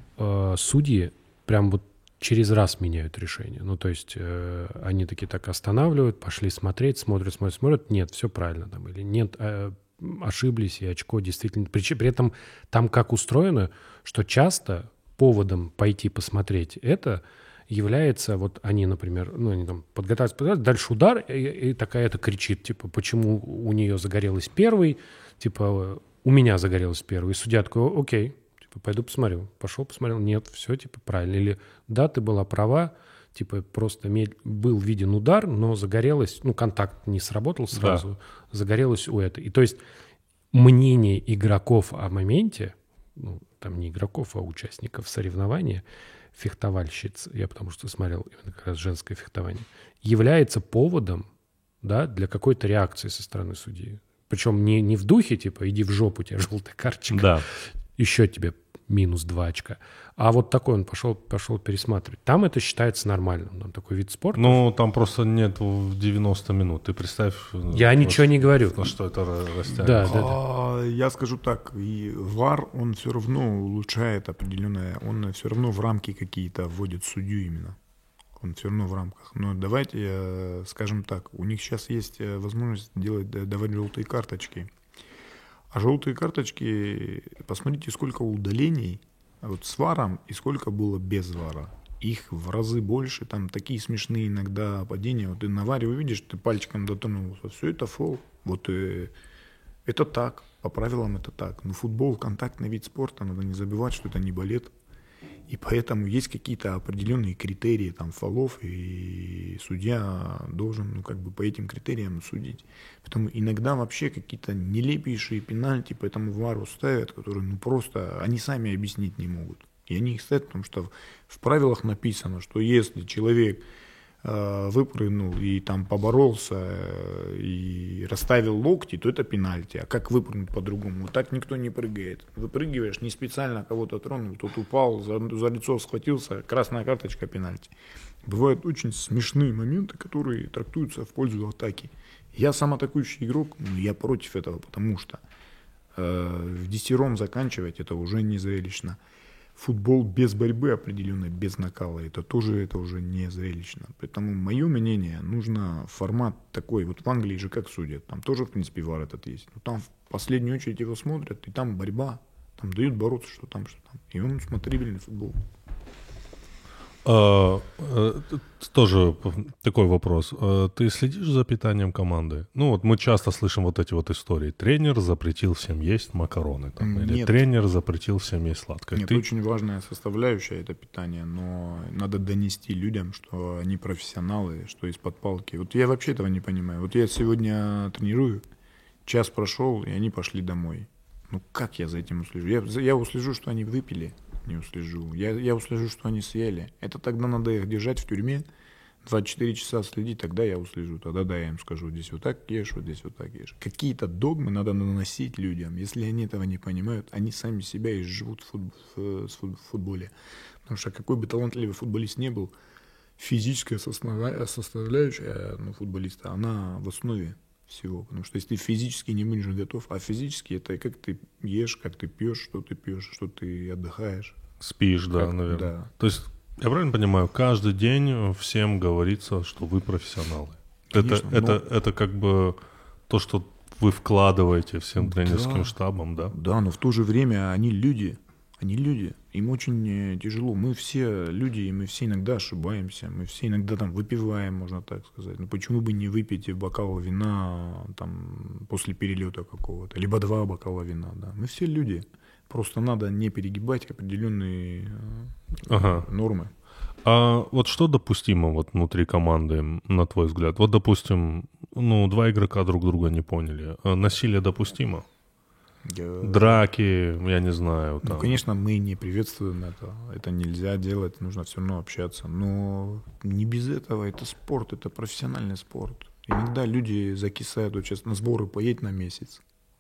судьи прям вот через раз меняют решение. Ну, то есть они такие так останавливают, пошли смотреть, смотрят, нет, все правильно там, или нет, ошиблись, и очко действительно... При этом там как устроено, что часто поводом пойти посмотреть это является, вот они, например, ну, они там подготавливаются, дальше удар, и такая-то кричит, типа, почему у нее загорелась первый, типа, у меня загорелась первый. И судья такой, окей, типа, пойду посмотрю. Пошел, посмотрел, нет, все, типа, правильно. Или, да, ты была права, типа, просто был виден удар, но загорелось, ну, контакт не сработал сразу, загорелось у этой. И то есть мнение игроков о моменте, ну, там не игроков, а участников соревнования, фехтовальщиц, я потому что смотрел именно как раз женское фехтование, является поводом, да, для какой-то реакции со стороны судьи. Причем не в духе, типа, иди в жопу, у тебя желтая карточка, Да. еще тебе минус 2 очка. А вот такой он пошел пересматривать. Там это считается нормальным, там такой вид спорта. Ну, там просто нет в 90 минут. Ты представь... Я ничего не говорю. На что это растягивается. Да. Я скажу так, и ВАР, он все равно улучшает определенное, он все равно в рамки какие-то вводит судью именно. Он все равно в рамках. Но давайте, скажем так, у них сейчас есть возможность давать желтые карточки. А желтые карточки, посмотрите, сколько удалений вот с ВАРом и сколько было без ВАРа. Их в разы больше, там такие смешные иногда падения. Вот ты на ВАРе увидишь, ты пальчиком дотронулся, все это фол. Вот это так, по правилам это так. Но футбол, контактный вид спорта, надо не забывать, что это не балет. И поэтому есть какие-то определенные критерии там фолов, и судья должен, ну, как бы по этим критериям судить. Поэтому иногда вообще какие-то нелепейшие пенальти по этому ВАРу ставят, которые, ну, просто они сами объяснить не могут. И они их ставят, потому что в правилах написано, что если человек выпрыгнул и там поборолся и расставил локти, то это пенальти. А как выпрыгнуть по-другому? Вот так никто не прыгает. Выпрыгиваешь, не специально кого-то тронул, тот упал, за лицо схватился, красная карточка, пенальти. Бывают очень смешные моменты, которые трактуются в пользу атаки. Я сам атакующий игрок, но я против этого, потому что в десятером заканчивать это уже не зрелищно. Футбол без борьбы определенной, без накала, это уже не зрелищно. Поэтому, мое мнение, нужно формат такой. Вот в Англии же как судят, там тоже, в принципе, ВАР этот есть. Но там в последнюю очередь его смотрят, и там борьба, там дают бороться, что там. И он смотрибельный футбол. Тоже такой вопрос. Ты следишь за питанием команды? Ну, вот мы часто слышим вот эти вот истории. Тренер запретил всем есть макароны. Там, или тренер запретил всем есть сладкое. Нет, очень важная составляющая это питание, но надо донести людям, что они профессионалы, что из-под палки. Вот я вообще этого не понимаю. Вот я сегодня тренирую, час прошел, и они пошли домой. Ну, как я за этим услежу? Я услежу, что они выпили. Не услежу. Я услежу, что они съели. Это тогда надо их держать в тюрьме, 24 часа следить, тогда я услежу. Тогда да, я им скажу, здесь вот так ешь, вот здесь вот так ешь. Какие-то догмы надо наносить людям. Если они этого не понимают, они сами себя и живут в футболе. Потому что какой бы талантливый футболист не был, физическая составляющая футболиста, она в основе всего. Потому что если ты физически не будешь готов, а физически это как ты ешь, как ты пьешь, что ты отдыхаешь. Спишь, да, наверное. Да. То есть, я правильно понимаю, каждый день всем говорится, что вы профессионалы. Конечно, это как бы то, что вы вкладываете всем тренерским штабом, да? Да, но в то же время они люди. Им очень тяжело. Мы все люди, и мы все иногда ошибаемся. Мы все иногда там выпиваем, можно так сказать. Ну почему бы не выпить бокал вина там, после перелета какого-то? Либо 2 бокала вина, да. Мы все люди. Просто надо не перегибать определенные нормы. А вот что допустимо вот внутри команды, на твой взгляд? Вот, допустим, 2 игрока друг друга не поняли. Насилие допустимо? Драки, я не знаю. Там. Ну, конечно, мы не приветствуем это. Это нельзя делать, нужно все равно общаться. Но не без этого. Это спорт, это профессиональный спорт. Иногда люди закисают. Вот сейчас на сборы поедь на месяц.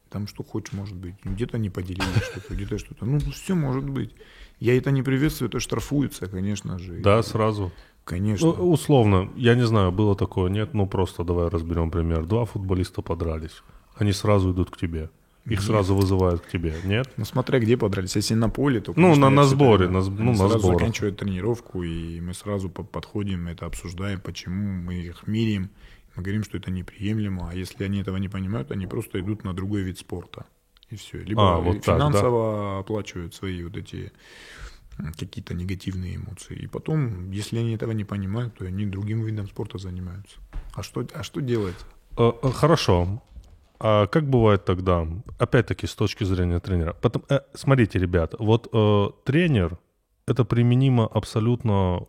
там что хочешь может быть. Где-то не поделились что-то, где-то что-то. Ну, все может быть. Я это не приветствую, это штрафуется, конечно же. Да, сразу. Конечно. Ну, условно, я не знаю, было такое, нет, ну просто давай разберем пример. 2 футболиста подрались, они сразу идут к тебе. Их сразу вызывают к тебе, нет? Ну, смотря где подрались. Если на поле, то, Ну, конечно, на я сборе, всегда- на они сразу сборах. заканчивают тренировку, и мы сразу подходим, это обсуждаем, почему мы их мирим. Мы говорим, что это неприемлемо, а если они этого не понимают, они просто идут на другой вид спорта. И все. Либо вот так, финансово оплачивают свои вот эти какие-то негативные эмоции. И потом, если они этого не понимают, то они другим видом спорта занимаются. А что делать? Хорошо. А как бывает тогда, опять-таки, с точки зрения тренера? Смотрите, ребята, вот тренер, это применимо абсолютно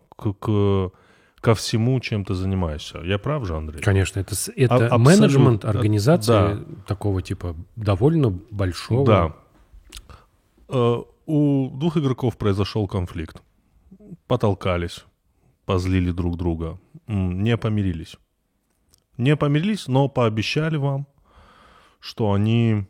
ко всему, чем ты занимаешься. Я прав же, Андрей? Конечно, это Абсолютно. менеджмент организации Да. такого типа довольно большого. Да. У 2 игроков произошел конфликт. Потолкались, позлили друг друга, не помирились. Не помирились, но пообещали вам, что они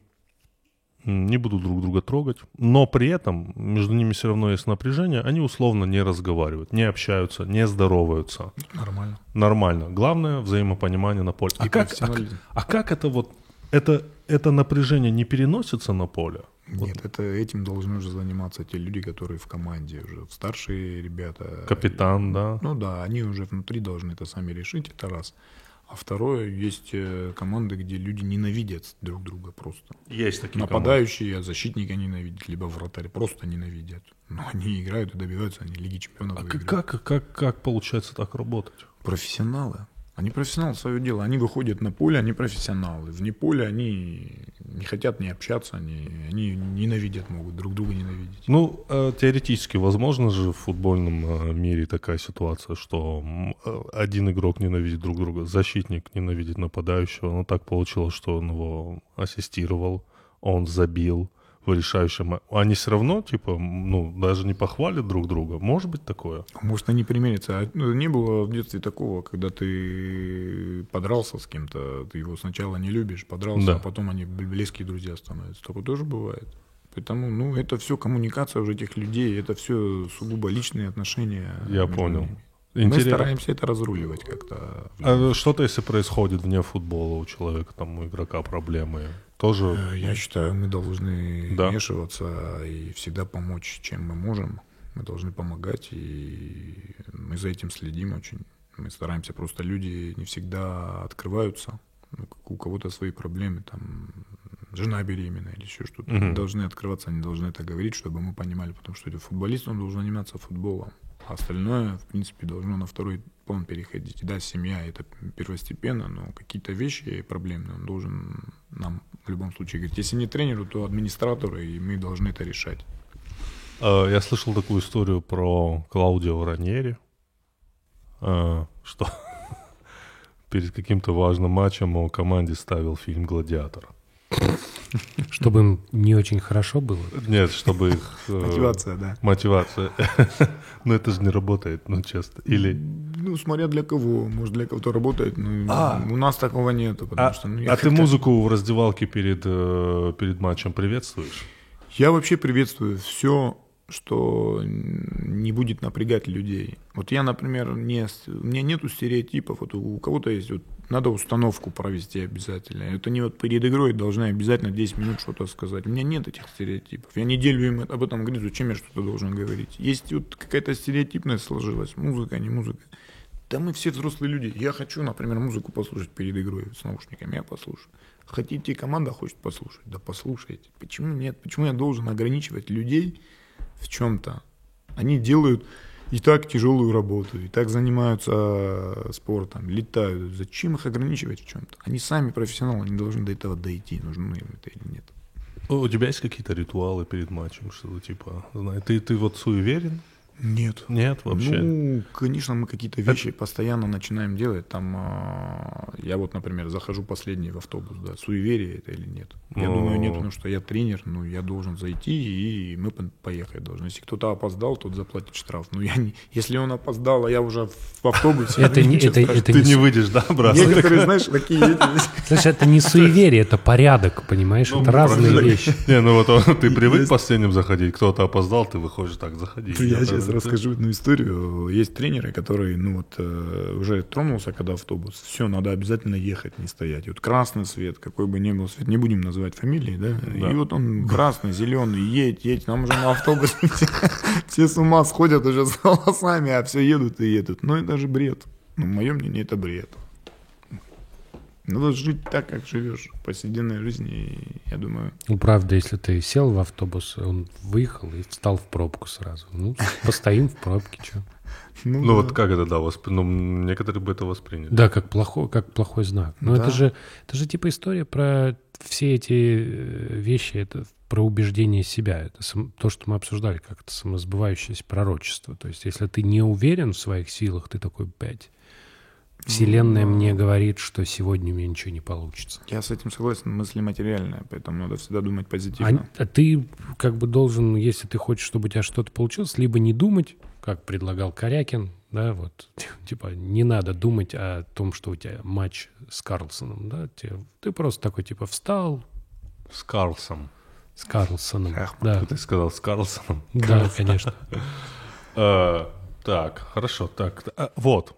не будут друг друга трогать, но при этом между ними все равно есть напряжение, они условно не разговаривают, не общаются, не здороваются. Нормально. Нормально. Главное — взаимопонимание на поле. И профессионализм. Как это вот, это напряжение не переносится на поле? Нет, этим должны уже заниматься те люди, которые в команде уже, старшие ребята. Капитан, да? Ну да, они уже внутри должны это сами решить, это раз. А второе, есть команды, где люди ненавидят друг друга просто. Есть такие Нападающие, защитника ненавидят, либо вратарь просто ненавидят. Но они играют и добиваются, они Лиги Чемпионов выиграют. Как получается так работать? Профессионалы. Они профессионалы свое дело. Они выходят на поле, они профессионалы. Вне поля они не хотят не общаться, они ненавидят, могут друг друга ненавидеть. Ну, теоретически возможно же в футбольном мире такая ситуация, что один игрок ненавидит друг друга, защитник ненавидит нападающего, но так получилось, что он его ассистировал, он забил в решающем... Они все равно, типа, ну, даже не похвалят друг друга. Может быть такое? Может, они примирятся. Не было в детстве такого, когда ты подрался с кем-то, ты его сначала не любишь, подрался, Да. а потом они близкие друзья становятся. Такое тоже бывает. Поэтому, ну, это все коммуникация уже этих людей, это все сугубо личные отношения. Я между понял. ними. Мы Интересно. стараемся это разруливать как-то. А что-то, если происходит вне футбола у человека, там, у игрока проблемы, тоже... Я считаю, мы должны Да. вмешиваться и всегда помочь, чем мы можем. Мы должны помогать, и мы за этим следим очень. Мы стараемся, просто люди не всегда открываются. Ну, у кого-то свои проблемы, там, жена беременна или еще что-то. Они должны открываться, они должны это говорить, чтобы мы понимали, потому что это футболист, он должен заниматься футболом. А остальное, в принципе, должно на второй план переходить. Да, семья — это первостепенно, но какие-то вещи проблемные он должен нам в любом случае говорить. Если не тренеру, то администратору, и мы должны это решать. Я слышал такую историю про Клаудио Раньери, что перед каким-то важным матчем о команде ставил фильм «Гладиатор». Чтобы им не очень хорошо было. Нет, чтобы их... Мотивация, да. Мотивация. Но это же не работает, ну, часто. Или... Ну, смотря для кого. Может, для кого-то работает, но у нас такого нету. Потому что, я ты музыку в раздевалке перед матчем приветствуешь? Я вообще приветствую все, что не будет напрягать людей. Вот я, например, у меня нету стереотипов. Вот у кого-то есть, вот, надо установку провести обязательно. Это не вот перед игрой должны обязательно 10 минут что-то сказать. У меня нет этих стереотипов. Я неделю им об этом говорю, зачем я что-то должен говорить. Есть вот какая-то стереотипность сложилась. Музыка, не музыка. Да мы все взрослые люди. Я хочу, например, музыку послушать перед игрой с наушниками. Я послушаю. Хотите, команда хочет послушать? Да послушайте. Почему нет? Почему я должен ограничивать людей в чем-то? Они делают и так тяжелую работу, и так занимаются спортом, летают. Зачем их ограничивать в чем-то? Они сами профессионалы, они должны до этого дойти, нужно им это или нет. У тебя есть какие-то ритуалы перед матчем, что-то типа, ты вот суеверен? Нет. Нет, вообще? Ну, конечно, мы какие-то вещи постоянно начинаем делать. Там, я вот, например, захожу последний в автобус, да, суеверие это или нет? Я думаю, нет, потому что я тренер, ну, я должен зайти, и мы поехать должны. Если кто-то опоздал, тот заплатит штраф. Ну, я не, если он опоздал, а я уже в автобусе... Это Ты не выйдешь, да, брат? Некоторые, знаешь, такие... Слушай, это не суеверие, это порядок, понимаешь? Это разные вещи. Не, ну вот ты привык последним заходить, кто-то опоздал, ты выходишь так, заходи. Я сейчас расскажу одну историю. Есть тренеры, которые, ну вот, уже тронулся, когда автобус, все, надо обязательно ехать, не стоять. И вот красный свет, какой бы ни был свет, не будем называть фамилии, да? И вот он красный, зеленый, едь, нам уже на автобус все с ума сходят уже с волосами, а все едут и едут. Ну, это же бред. Ну, в моем мнении, это бред. Надо жить так, как живешь, в повседневной жизни, я думаю. Ну, правда, если ты сел в автобус, он выехал и встал в пробку сразу. Ну, постоим в пробке, что? Ну да. вот как это, да, ну, некоторые бы это восприняли. Да, как плохой знак. Но Да. это же типа история про все эти вещи, это про убеждение себя. Это то, что мы обсуждали, как это самосбывающееся пророчество. То есть если ты не уверен в своих силах, ты такой, блядь, Вселенная мне говорит, что сегодня у меня ничего не получится. Я с этим согласен, мысли материальные, поэтому надо всегда думать позитивно. А ты как бы должен, если ты хочешь, чтобы у тебя что-то получилось, либо не думать, как предлагал Корякин, да, вот, типа, не надо думать о том, что у тебя матч с Карлсоном, да, ты просто такой, типа, встал С Карлсом. с Карлсоном, да, Ты сказал с Карлсоном. да, конечно. Так, хорошо, так. Вот.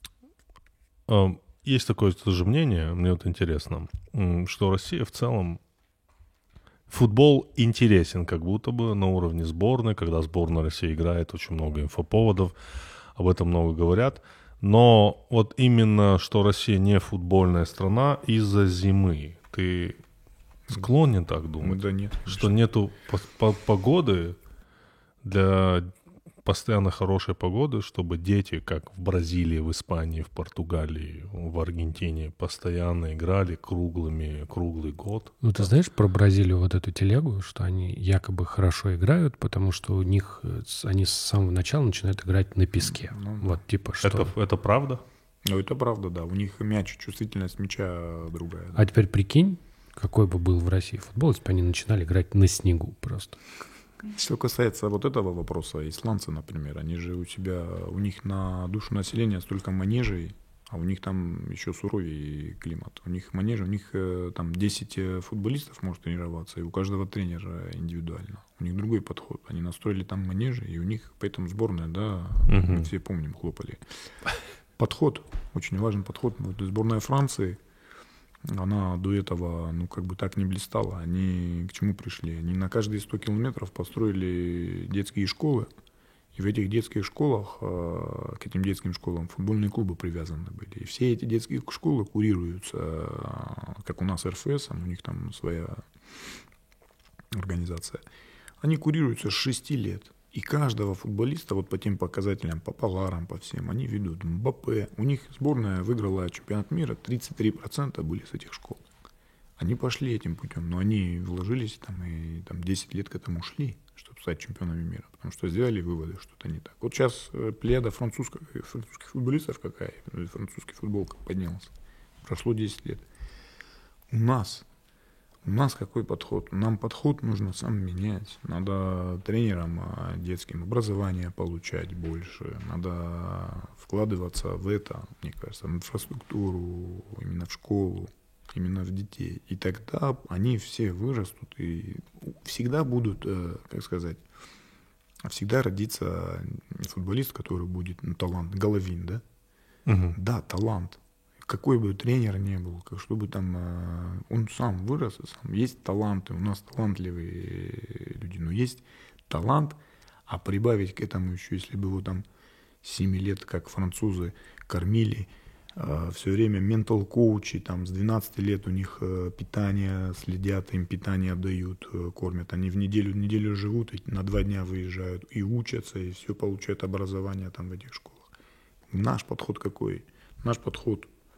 Есть такое тоже мнение, мне вот интересно, что Россия в целом... Футбол интересен как будто бы на уровне сборной, когда сборная России играет, очень много инфоповодов, об этом много говорят. Но вот именно, что Россия не футбольная страна из-за зимы. Ты склонен так думать? Да нет. Что нету погоды для постоянно хорошей погоды, чтобы дети, как в Бразилии, в Испании, в Португалии, в Аргентине, постоянно играли круглый год. Ну, ты знаешь про Бразилию вот эту телегу, что они якобы хорошо играют, потому что у них, они с самого начала начинают играть на песке. Вот, типа, что... Это правда? Ну, это правда, да. У них мяч, чувствительность мяча другая. Да. А теперь прикинь, какой бы был в России футбол, если бы они начинали играть на снегу просто. Что касается вот этого вопроса, исландцы, например, они же у них на душу населения столько манежей, а у них там еще суровее климат. У них манежи, у них там 10 футболистов может тренироваться, и у каждого тренера индивидуально. У них другой подход. Они настроили там манежи, и у них, поэтому сборная, да, мы все помним, хлопали. Подход, очень важный подход. Вот сборная Франции, она до этого, ну, как бы так не блистала. Они к чему пришли? Они на каждые 100 километров построили детские школы. И в этих детских школах, к этим детским школам футбольные клубы привязаны были. И все эти детские школы курируются, как у нас РФС, у них там своя организация. Они курируются с 6 лет. И каждого футболиста вот по тем показателям, по Паларам, по всем, они ведут. Мбаппе. У них сборная выиграла чемпионат мира, 33% были с этих школ. Они пошли этим путем, но они вложились там и там 10 лет к этому шли, чтобы стать чемпионами мира. Потому что сделали выводы, что-то не так. Вот сейчас плеяда французских футболистов какая, французский футбол как поднялся. Прошло 10 лет. У нас какой подход? Нам подход нужно сам менять. Надо тренерам детским образование получать больше. Надо вкладываться в это, мне кажется, в инфраструктуру, именно в школу, именно в детей. И тогда они все вырастут и всегда будут, как сказать, всегда родится футболист, который будет, талант, Головин, да? Угу. Да, талант. Какой бы тренер ни был, что бы там, он сам вырос, сам. Есть таланты, у нас талантливые люди, но есть талант, а прибавить к этому еще, если бы его там 7 лет, как французы, кормили, все время ментал-коучи, там с 12 лет у них питание следят, им питание дают, кормят, они в неделю живут, и на 2 дня выезжают и учатся, и все получают образование там в этих школах. Наш подход какой? Наш подход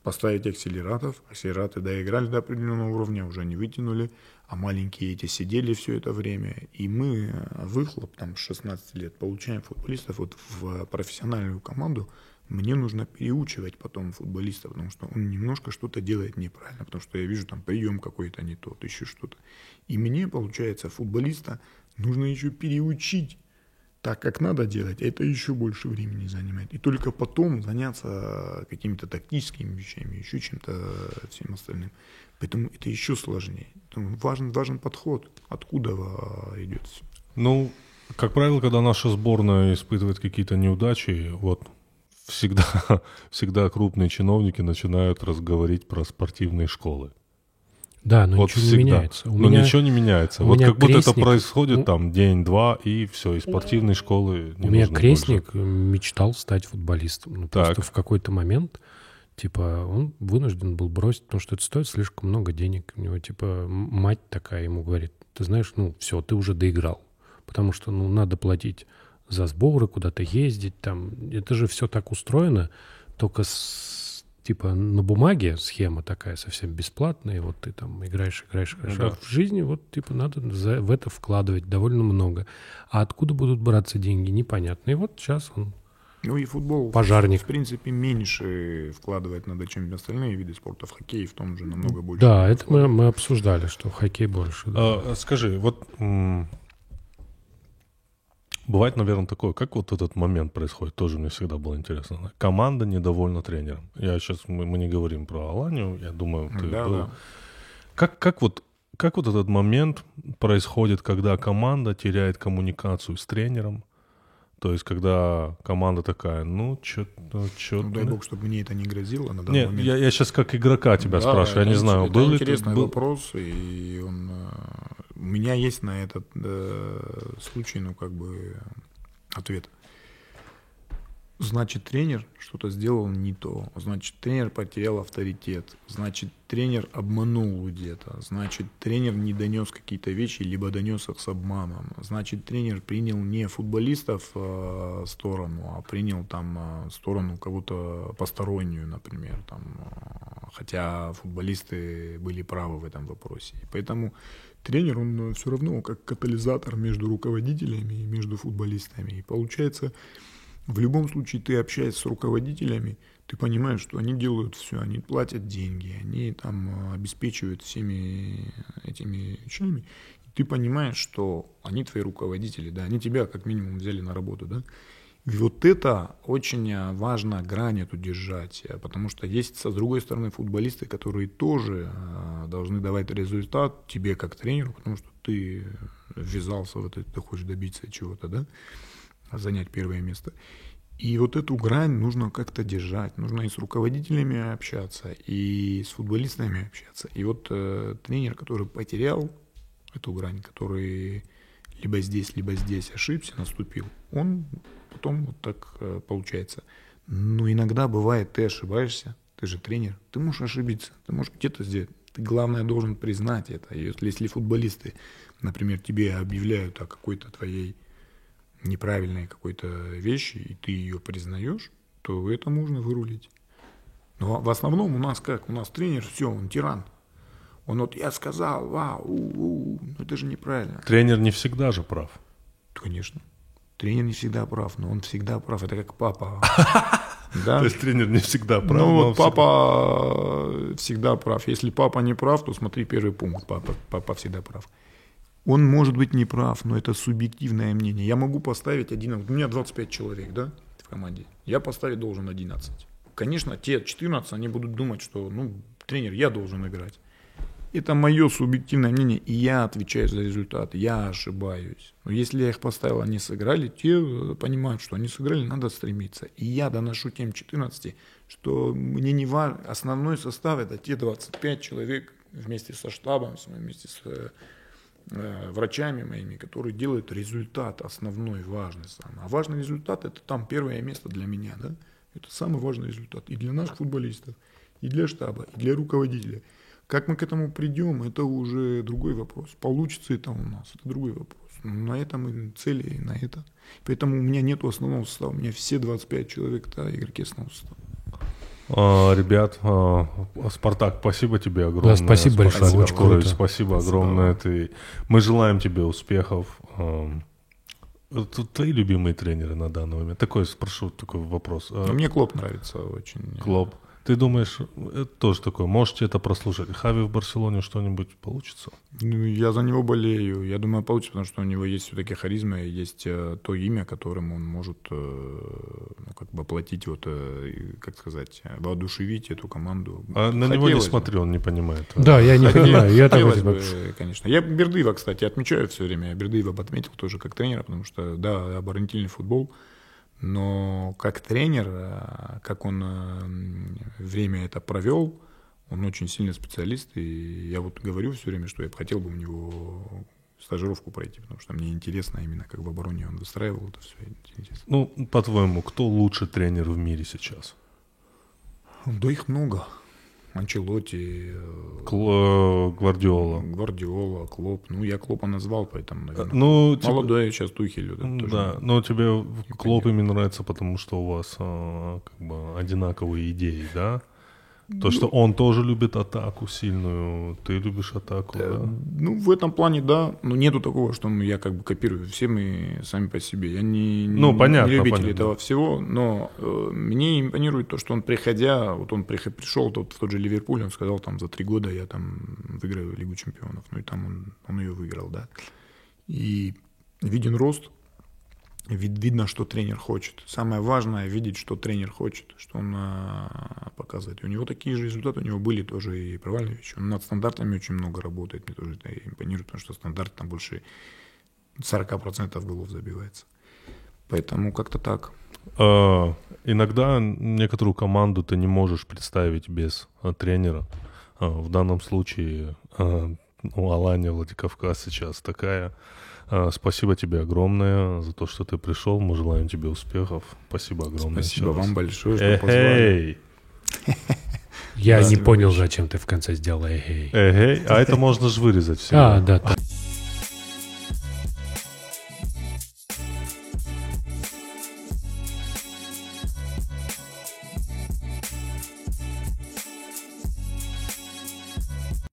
поставить акселераты доиграли до определенного уровня, уже не вытянули, а маленькие эти сидели все это время. И мы выхлоп там с 16 лет получаем футболистов вот в профессиональную команду. Мне нужно переучивать потом футболиста, потому что он немножко что-то делает неправильно, потому что я вижу там прием какой-то не тот, еще что-то. И мне, получается, футболиста нужно еще переучить так, как надо делать, это еще больше времени занимает. И только потом заняться какими-то тактическими вещами, еще чем-то всем остальным. Поэтому это еще сложнее. Важен подход, откуда идет все. Ну, как правило, когда наша сборная испытывает какие-то неудачи, вот всегда крупные чиновники начинают разговорить про спортивные школы. Да, но вот ничего всегда. не меняется. Ничего не меняется. Вот как будто это происходит там день-два, и все, и спортивные школы не У меня нужны крестник больше. Мечтал стать футболистом. Ну, просто в какой-то момент, типа, он вынужден был бросить, потому что это стоит слишком много денег. У него, типа, мать такая ему говорит, ты знаешь, ну, все, ты уже доиграл. Потому что, ну, надо платить за сборы, куда-то ездить, там. Это же все так устроено, только типа на бумаге схема такая совсем бесплатная, и вот ты там играешь. А в жизни вот типа надо в это вкладывать довольно много. А откуда будут браться деньги, непонятно. И вот сейчас он и футбол, пожарник. В принципе, меньше вкладывает надо, чем остальные виды спорта. В хоккей в том же намного больше. Да, это мы обсуждали, что в хоккей больше. Да. Скажи, вот бывает, наверное, такое, как вот этот момент происходит, тоже мне всегда было интересно. Команда недовольна тренером. Мы не говорим про Аланию, я думаю, ты был. Да. Как вот этот момент происходит, когда команда теряет коммуникацию с тренером? То есть, когда команда такая, что-то... дай бог, чтобы мне это не грозило на данный момент. Я сейчас как игрока тебя спрашиваю, я не знаю, это был ли интересный вопрос, и у меня есть на этот случай, ответ. Значит, тренер что-то сделал не то. Значит, тренер потерял авторитет. Значит, тренер обманул где-то. Значит, тренер не донес какие-то вещи, либо донес их с обманом. Значит, тренер принял не футболистов сторону, а принял там сторону кого-то постороннюю, например. Хотя футболисты были правы в этом вопросе. И поэтому тренер, он все равно как катализатор между руководителями и между футболистами. И получается... В любом случае, ты общаешься с руководителями, ты понимаешь, что они делают все, они платят деньги, они там обеспечивают всеми этими вещами. И ты понимаешь, что они твои руководители, да, они тебя как минимум взяли на работу, да. И вот это очень важно грань эту держать, потому что есть, с другой стороны, футболисты, которые тоже должны давать результат тебе как тренеру, потому что ты ввязался в это, ты хочешь добиться чего-то, да. Занять первое место. И вот эту грань нужно как-то держать. Нужно и с руководителями общаться, и с футболистами общаться. И вот тренер, который потерял эту грань, который либо здесь ошибся, наступил, он потом вот так получается. Но иногда бывает, ты ошибаешься, ты же тренер, ты можешь ошибиться, ты можешь где-то сделать. Ты, главное, должен признать это. И если футболисты, например, тебе объявляют о какой-то твоей неправильной какой-то вещи, и ты ее признаешь, то это можно вырулить. Но в основном у нас как? У нас тренер, все, он тиран. Он вот, я сказал, но это же неправильно. Тренер не всегда же прав. Конечно. Тренер не всегда прав, но он всегда прав. Это как папа. То есть тренер не всегда прав. Ну вот папа всегда прав. Если папа не прав, то смотри первый пункт. Папа всегда прав. Он может быть не прав, но это субъективное мнение. Я могу поставить 11, у меня 25 человек, да, в команде. Я поставить должен 11. Конечно, те 14, они будут думать, что, тренер, я должен играть. Это мое субъективное мнение, и я отвечаю за результат, я ошибаюсь. Но если я их поставил, они сыграли, те понимают, что они сыграли, надо стремиться. И я доношу тем 14, что мне не важно, основной состав это те 25 человек вместе со штабом, вместе с врачами моими, которые делают результат основной, важный самый. А важный результат это там первое место для меня, да? Это самый важный результат и для наших футболистов, и для штаба, и для руководителя. Как мы к этому придем, это уже другой вопрос. Получится это у нас, это другой вопрос. На это мы цели, на это. Поэтому у меня нету основного состава, у меня все 25 человек, это игроки основного состава. Ребят, Спартак, спасибо тебе огромное. Да, спасибо большое, очень круто. Спасибо огромное. Мы желаем тебе успехов. Тут твои любимые тренеры на данный момент? Спрошу такой вопрос. Мне Клоп нравится очень. Клоп. Ты думаешь, это тоже такое, можете это прослушать? Хави в Барселоне что-нибудь получится? Ну, я за него болею. Я думаю, получится, потому что у него есть все-таки харизма, и есть то имя, которым он может оплатить, воодушевить эту команду. А на него не смотрел, он не понимает. Да, я не понимаю. Я хотелось бы, конечно. Я Бердыева, кстати, отмечаю все время. Я Бердыева отметил тоже как тренера, потому что, да, оборонительный футбол. Но как тренер, как он время это провел, он очень сильный специалист, и я вот говорю все время, что я хотел бы у него стажировку пройти, потому что мне интересно именно, как в обороне он выстраивал это все. Интересно. Ну, по-твоему, кто лучший тренер в мире сейчас? Да их много. Анчелотти, Гвардиола, Клоп. Ну, я Клопа назвал, поэтому, наверное. Молодой сейчас Тухель. Да, но тебе Клоп именно нравится, потому что у вас одинаковые идеи, да? То, что он тоже любит атаку сильную, ты любишь атаку, да? Ну, в этом плане, да. Но нету такого, что я копирую. Все мы сами по себе. Я не любитель этого всего, но мне импонирует то, что он, приходя, он пришел в тот же Ливерпуль, он сказал, там, за 3 года я там выиграю Лигу чемпионов. Ну, и там он ее выиграл, да. И виден рост. Видно, что тренер хочет. Самое важное — видеть, что тренер хочет, что он показывает. И у него такие же результаты, у него были тоже и провальные вещи. Он над стандартами очень много работает, мне тоже это импонирует, потому что стандарт там больше 40% голов забивается. Поэтому как-то так. Иногда некоторую команду ты не можешь представить без тренера. В данном случае Алания Владикавказ сейчас такая. Спасибо тебе огромное за то, что ты пришел. Мы желаем тебе успехов. Спасибо огромное. Спасибо вам большое, что позвали. Я не понял, зачем ты в конце сделал эй-эй. Эй-эй, а это можно же вырезать все. Да.